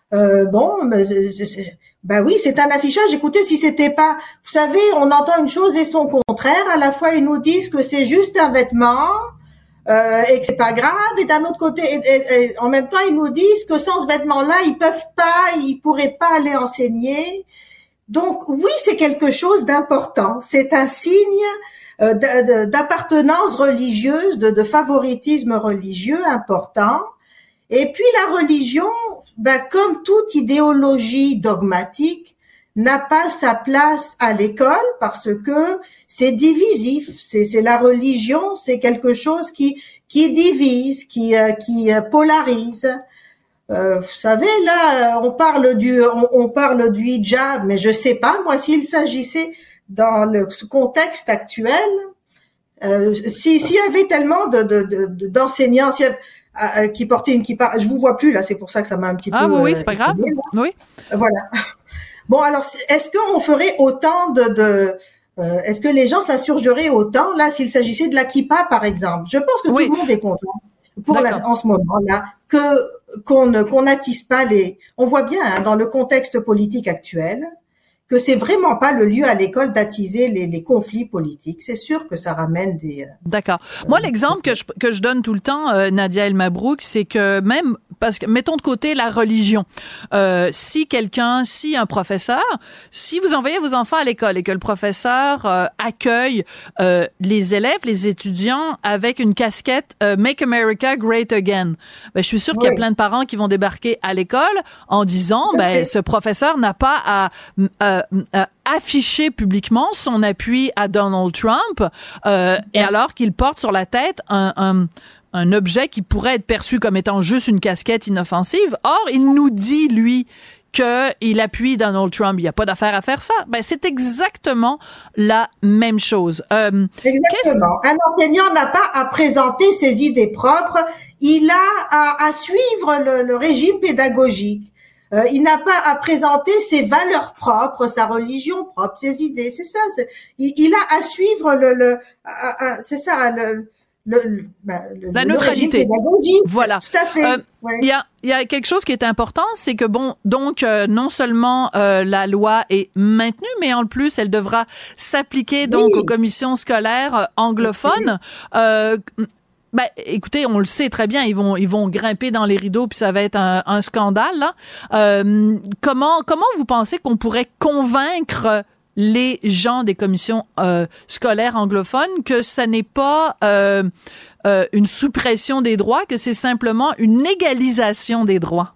oui, c'est un affichage. Écoutez, si c'était pas, vous savez, on entend une chose et son contraire. À la fois, ils nous disent que c'est juste un vêtement et que c'est pas grave. Et d'un autre côté, et en même temps, ils nous disent que sans ce vêtement-là, ils pourraient pas aller enseigner. Donc oui, c'est quelque chose d'important. C'est un signe d'appartenance religieuse, de favoritisme religieux important. Et puis la religion, comme toute idéologie dogmatique, n'a pas sa place à l'école parce que c'est divisif. C'est la religion, c'est quelque chose qui divise, qui polarise. Vous savez, là, on parle du hijab, mais je sais pas, moi, s'il s'agissait dans le contexte actuel, s'il y avait tellement d'enseignants qui portaient une kippa, je vous vois plus là, c'est pour ça que ça m'a un petit peu. Ah oui, c'est pas grave. Oui. Voilà. Bon, alors, est-ce qu'on ferait autant est-ce que les gens s'insurgeraient autant là s'il s'agissait de la kippa, par exemple? Je pense que tout le monde est content en ce moment-là qu'on n'attise pas on voit bien dans le contexte politique actuel que c'est vraiment pas le lieu à l'école d'attiser les conflits politiques. C'est sûr que ça ramène des... D'accord. Moi, l'exemple que je donne tout le temps, Nadia El Mabrouk, c'est que même, parce que mettons de côté la religion, si un professeur, si vous envoyez vos enfants à l'école et que le professeur accueille les élèves, les étudiants avec une casquette Make America Great Again, je suis sûre qu'il y a plein de parents qui vont débarquer à l'école en disant, ce professeur n'a pas à afficher publiquement son appui à Donald Trump, et alors qu'il porte sur la tête un objet qui pourrait être perçu comme étant juste une casquette inoffensive. Or, il nous dit, lui, qu'il appuie Donald Trump. Il n'y a pas d'affaire à faire ça. C'est exactement la même chose. Exactement. Un enseignant n'a pas à présenter ses idées propres. Il a à suivre le régime pédagogique. Il n'a pas à présenter ses valeurs propres, sa religion propre, ses idées. C'est ça. Il a à suivre c'est ça, la neutralité. Pédagogique. Voilà. Tout à fait. Il y a quelque chose qui est important, c'est que non seulement la loi est maintenue, mais en plus elle devra s'appliquer aux commissions scolaires anglophones. Écoutez, on le sait très bien, ils vont grimper dans les rideaux puis ça va être un scandale là. Comment vous pensez qu'on pourrait convaincre les gens des commissions scolaires anglophones que ça n'est pas une suppression des droits, que c'est simplement une égalisation des droits?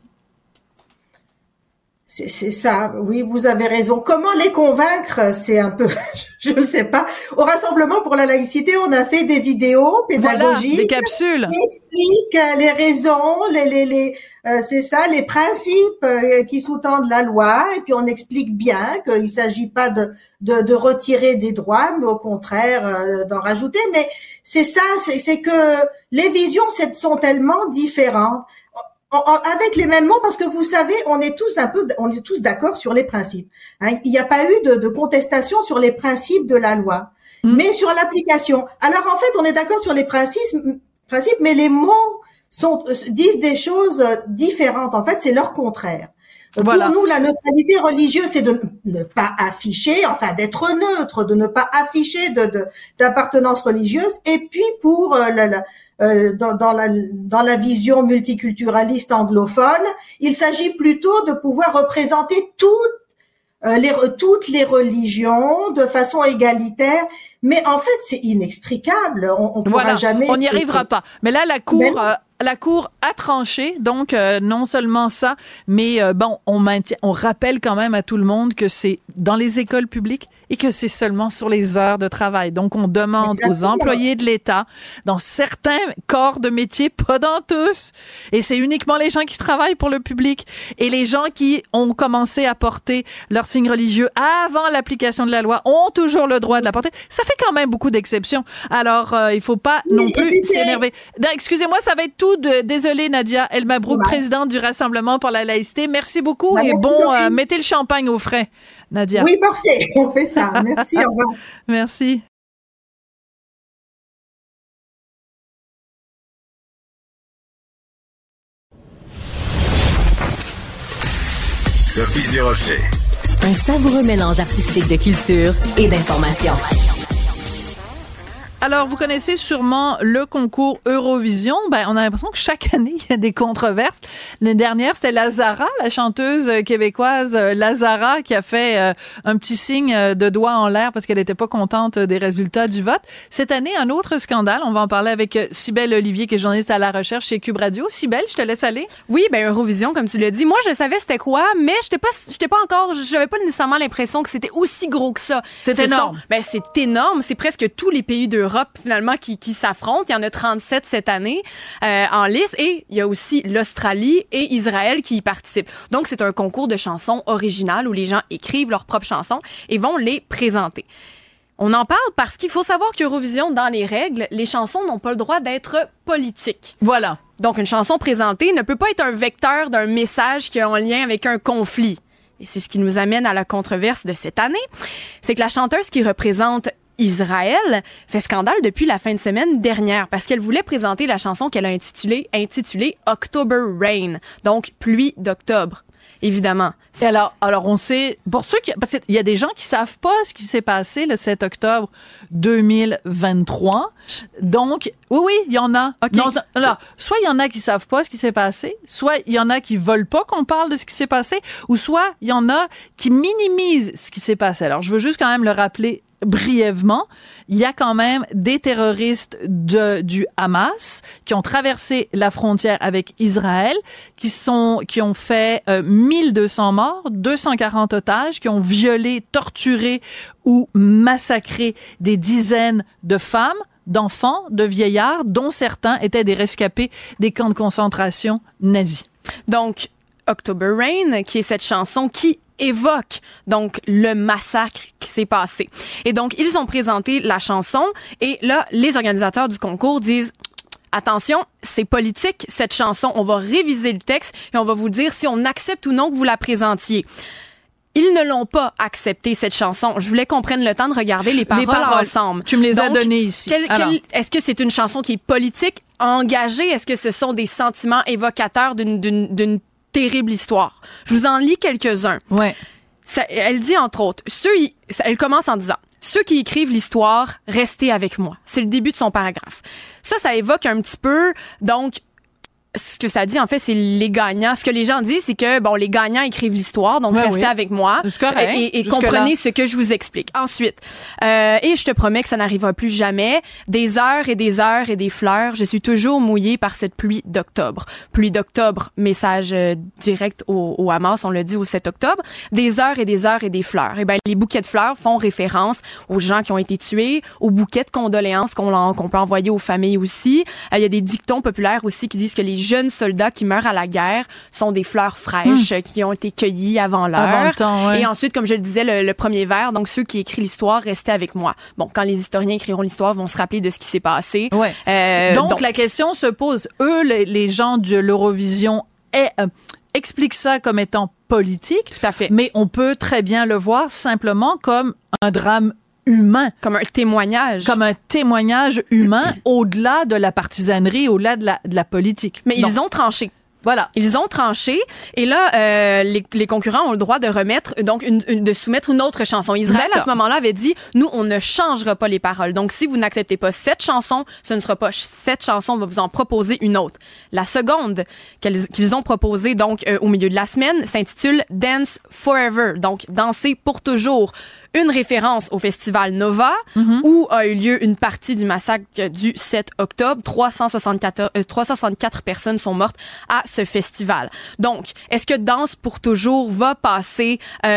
C'est ça, oui, vous avez raison. Comment les convaincre? C'est un peu, je ne sais pas. Au Rassemblement pour la laïcité, on a fait des vidéos pédagogiques. Des capsules. Qui expliquent les raisons, c'est ça, les principes qui sous-tendent la loi. Et puis on explique bien qu'il ne s'agit pas de retirer des droits, mais au contraire d'en rajouter. Mais c'est ça, c'est que les visions sont tellement différentes. Avec les mêmes mots, parce que vous savez, on est tous d'accord sur les principes. Il n'y a pas eu de contestation sur les principes de la loi, mais sur l'application. Alors en fait, on est d'accord sur les principes, mais les mots disent des choses différentes. En fait, c'est leur contraire. Voilà. Pour nous, la neutralité religieuse, c'est de ne pas afficher, d'être neutre, de ne pas afficher d'appartenance religieuse. Et puis pour dans la vision multiculturaliste anglophone, il s'agit plutôt de pouvoir représenter toutes les religions de façon égalitaire, mais en fait c'est inextricable. On pourra jamais. On n'y arrivera pas. Mais là, la Cour la Cour a tranché, donc non seulement ça, mais on rappelle quand même à tout le monde que c'est dans les écoles publiques et que c'est seulement sur les heures de travail. Donc, on demande aux employés de l'État, dans certains corps de métier, pas dans tous, et c'est uniquement les gens qui travaillent pour le public et les gens qui ont commencé à porter leur signe religieux avant l'application de la loi ont toujours le droit de la porter. Ça fait quand même beaucoup d'exceptions. Alors, il faut pas non plus s'énerver. Excusez-moi, ça va être tout. Désolée, Nadia El Mabrouk, présidente du Rassemblement pour la laïcité. Merci beaucoup et mettez le champagne au frais, Nadia. Oui, parfait. On fait ça. Merci, au revoir. Merci. Sophie Durocher. Un savoureux mélange artistique de culture et d'information. Alors, vous connaissez sûrement le concours Eurovision. On a l'impression que chaque année, il y a des controverses. L'année dernière, c'était Lazara, la chanteuse québécoise Lazara, qui a fait un petit signe de doigt en l'air parce qu'elle n'était pas contente des résultats du vote. Cette année, un autre scandale. On va en parler avec Cybèle Olivier, qui est journaliste à la recherche chez Cube Radio. Cybèle, je te laisse aller. Oui, Eurovision, comme tu l'as dit. Moi, je savais c'était quoi, mais j'avais pas nécessairement l'impression que c'était aussi gros que ça. C'est énorme. C'est énorme. C'est presque tous les pays d'Europe finalement qui s'affrontent. Il y en a 37 cette année en lice et il y a aussi l'Australie et Israël qui y participent. Donc, c'est un concours de chansons originales où les gens écrivent leurs propres chansons et vont les présenter. On en parle parce qu'il faut savoir qu'Eurovision, dans les règles, les chansons n'ont pas le droit d'être politiques. Voilà. Donc, une chanson présentée ne peut pas être un vecteur d'un message qui a un lien avec un conflit. Et c'est ce qui nous amène à la controverse de cette année. C'est que la chanteuse qui représente Israël fait scandale depuis la fin de semaine dernière parce qu'elle voulait présenter la chanson qu'elle a intitulée October Rain, donc pluie d'octobre. Évidemment. Et alors on sait, pour ceux qui, parce qu'il y a des gens qui savent pas ce qui s'est passé le 7 octobre 2023. Donc, oui, il y en a. Okay. Non, alors, soit il y en a qui savent pas ce qui s'est passé, soit il y en a qui veulent pas qu'on parle de ce qui s'est passé, ou soit il y en a qui minimisent ce qui s'est passé. Alors, je veux juste quand même le rappeler brièvement, il y a quand même des terroristes du Hamas qui ont traversé la frontière avec Israël, qui ont fait 1200 morts, 240 otages, qui ont violé, torturé ou massacré des dizaines de femmes, d'enfants, de vieillards, dont certains étaient des rescapés des camps de concentration nazis. Donc, October Rain, qui est cette chanson qui évoque donc le massacre qui s'est passé. Et donc, ils ont présenté la chanson et là, les organisateurs du concours disent « Attention, c'est politique, cette chanson. On va réviser le texte et on va vous dire si on accepte ou non que vous la présentiez. » Ils ne l'ont pas accepté, cette chanson. Je voulais qu'on prenne le temps de regarder les paroles ensemble. Tu me les as données ici. Est-ce que c'est une chanson qui est politique, engagée? Est-ce que ce sont des sentiments évocateurs d'une terrible histoire? Je vous en lis quelques-uns. Ouais. Elle dit, entre autres, elle commence en disant « Ceux qui écrivent l'histoire, restez avec moi. » C'est le début de son paragraphe. Ça évoque un petit peu, donc, ce que ça dit, en fait, c'est les gagnants. Ce que les gens disent, c'est que, les gagnants écrivent l'histoire, donc restez avec moi. C'est correct. Et comprenez ce que je vous explique. Ensuite, et je te promets que ça n'arrivera plus jamais. Des heures et des heures et des fleurs, je suis toujours mouillée par cette pluie d'octobre. Pluie d'octobre, message direct au Hamas, on l'a dit au 7 octobre. Des heures et des heures et des fleurs. Et les bouquets de fleurs font référence aux gens qui ont été tués, aux bouquets de condoléances qu'on peut envoyer aux familles aussi. Il y a des dictons populaires aussi qui disent que les jeunes soldats qui meurent à la guerre sont des fleurs fraîches qui ont été cueillies avant l'heure. Avant le temps, ouais. Et ensuite, comme je le disais, le premier vers, donc ceux qui écrivent l'histoire, restez avec moi. Bon, quand les historiens écriront l'histoire, vont se rappeler de ce qui s'est passé. Ouais. Donc, la question se pose. Eux, les gens de l'Eurovision, expliquent ça comme étant politique. Tout à fait. Mais on peut très bien le voir simplement comme un drame humain. Comme un témoignage. Comme un témoignage humain au-delà de la partisanerie, au-delà de la politique. Mais ils ont tranché. Voilà. Ils ont tranché et là, les concurrents ont le droit de remettre, donc de soumettre une autre chanson. Israël, à ce moment-là, avait dit, nous, on ne changera pas les paroles. Donc, si vous n'acceptez pas cette chanson, ce ne sera pas cette chanson, on va vous en proposer une autre. La seconde qu'ils ont proposée, donc, au milieu de la semaine, s'intitule Dance Forever. Donc, danser pour toujours. une référence au festival Nova, où a eu lieu une partie du massacre du 7 octobre. 364 personnes sont mortes à ce festival. Donc, est-ce que Danse pour toujours va passer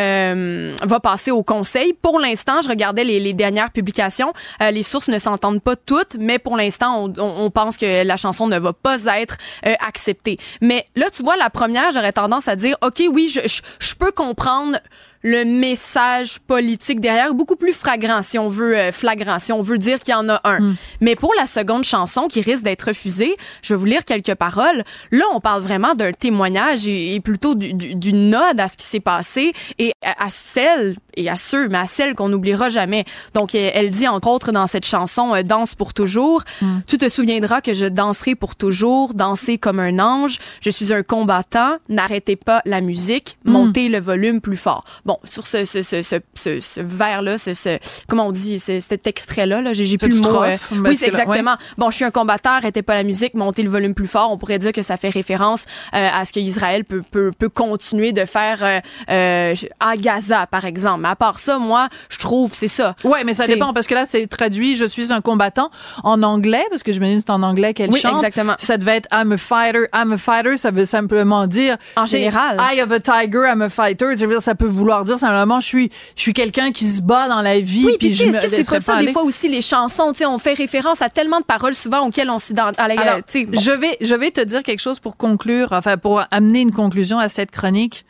au Conseil? Pour l'instant, je regardais les dernières publications. Les sources ne s'entendent pas toutes, mais pour l'instant, on pense que la chanson ne va pas être acceptée. Mais là, tu vois, la première, j'aurais tendance à dire, OK, oui, je peux comprendre le message politique derrière, beaucoup plus flagrant, si on veut dire qu'il y en a un. Mais pour la seconde chanson, qui risque d'être refusée, je vais vous lire quelques paroles. Là, on parle vraiment d'un témoignage et plutôt d'une ode à ce qui s'est passé et à celles qu'on n'oubliera jamais. Donc, elle dit, entre autres, dans cette chanson, « Danse pour toujours », tu te souviendras que je danserai pour toujours, danser comme un ange, je suis un combattant, n'arrêtez pas la musique, montez le volume plus fort. Bon, sur ce vers-là, comment on dit, cet extrait-là, j'ai plus le mot. Oui, c'est exactement. Ouais. Bon, je suis un combattant, arrêtez pas la musique, montez le volume plus fort. On pourrait dire que ça fait référence à ce que Israël peut continuer de faire à Gaza, par exemple. Mais à part ça, moi, je trouve, c'est ça. Ouais, mais ça dépend, parce que là, c'est traduit, je suis un combattant en anglais, parce que je me dis c'est en anglais qu'elle chante. Oui, exactement. Ça devait être I'm a fighter, ça veut simplement dire. En général. Eye of a tiger, I'm a fighter. Ça peut vouloir dire simplement je suis quelqu'un qui se bat dans la vie. Oui, puis est-ce que c'est pas ça des fois aussi les chansons, tu sais, on fait référence à tellement de paroles souvent auxquelles on s'identifie. Bon. Je vais te dire quelque chose pour conclure, enfin pour amener une conclusion à cette chronique.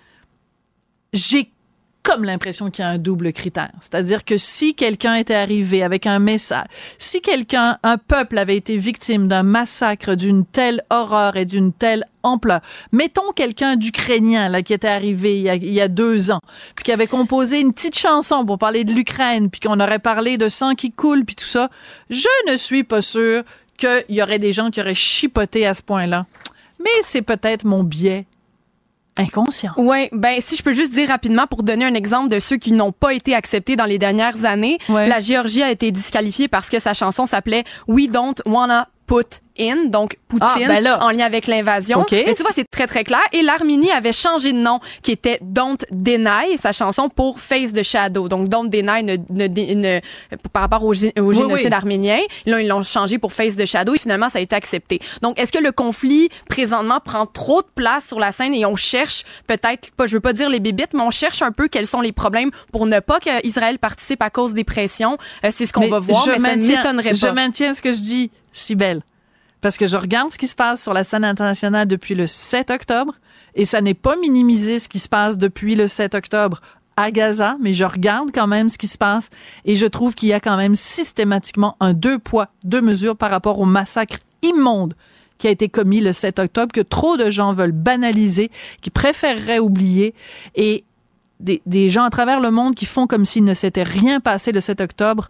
J'ai comme l'impression qu'il y a un double critère. C'est-à-dire que si quelqu'un était arrivé avec un message, si un peuple avait été victime d'un massacre d'une telle horreur et d'une telle ampleur, mettons quelqu'un d'Ukrainien là qui était arrivé il y a 2 ans, puis qui avait composé une petite chanson pour parler de l'Ukraine, puis qu'on aurait parlé de sang qui coule, puis tout ça, je ne suis pas sûre qu'il y aurait des gens qui auraient chipoté à ce point-là. Mais c'est peut-être mon biais inconscient. Oui, ben si je peux juste dire rapidement pour donner un exemple de ceux qui n'ont pas été acceptés dans les dernières années, la Géorgie a été disqualifiée parce que sa chanson s'appelait We Don't Wanna Put In, donc Poutine, en lien avec l'invasion. Okay. Mais tu vois, c'est très, très clair. Et l'Arménie avait changé de nom, qui était Don't Deny, sa chanson, pour Face the Shadow. Donc, Don't Deny par rapport au génocide arménien. Là, ils l'ont changé pour Face the Shadow et finalement, ça a été accepté. Donc, est-ce que le conflit, présentement, prend trop de place sur la scène et on cherche peut-être, je veux pas dire les bébites, mais on cherche un peu quels sont les problèmes pour ne pas qu'Israël participe à cause des pressions. C'est ce qu'on va voir, mais ça ne m'étonnerait pas. Je maintiens ce que je dis, Cybèle. Parce que je regarde ce qui se passe sur la scène internationale depuis le 7 octobre et ça n'est pas minimisé ce qui se passe depuis le 7 octobre à Gaza, mais je regarde quand même ce qui se passe et je trouve qu'il y a quand même systématiquement un 2 poids, 2 mesures par rapport au massacre immonde qui a été commis le 7 octobre, que trop de gens veulent banaliser, qui préféreraient oublier et des gens à travers le monde qui font comme s'il ne s'était rien passé le 7 octobre.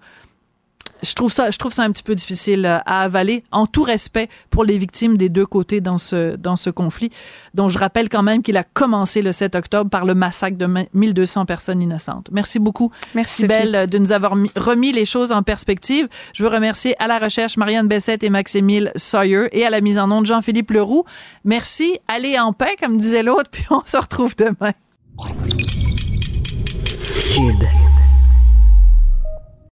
Je trouve ça un petit peu difficile à avaler, en tout respect pour les victimes des deux côtés dans ce conflit, dont je rappelle quand même qu'il a commencé le 7 octobre par le massacre de 1200 personnes innocentes. Merci beaucoup, Cybèle, de nous avoir remis les choses en perspective. Je veux remercier à la recherche Marianne Bessette et Maximile Sawyer et à la mise en onde Jean-Philippe Leroux. Merci, allez en paix, comme disait l'autre, puis on se retrouve demain. Cube.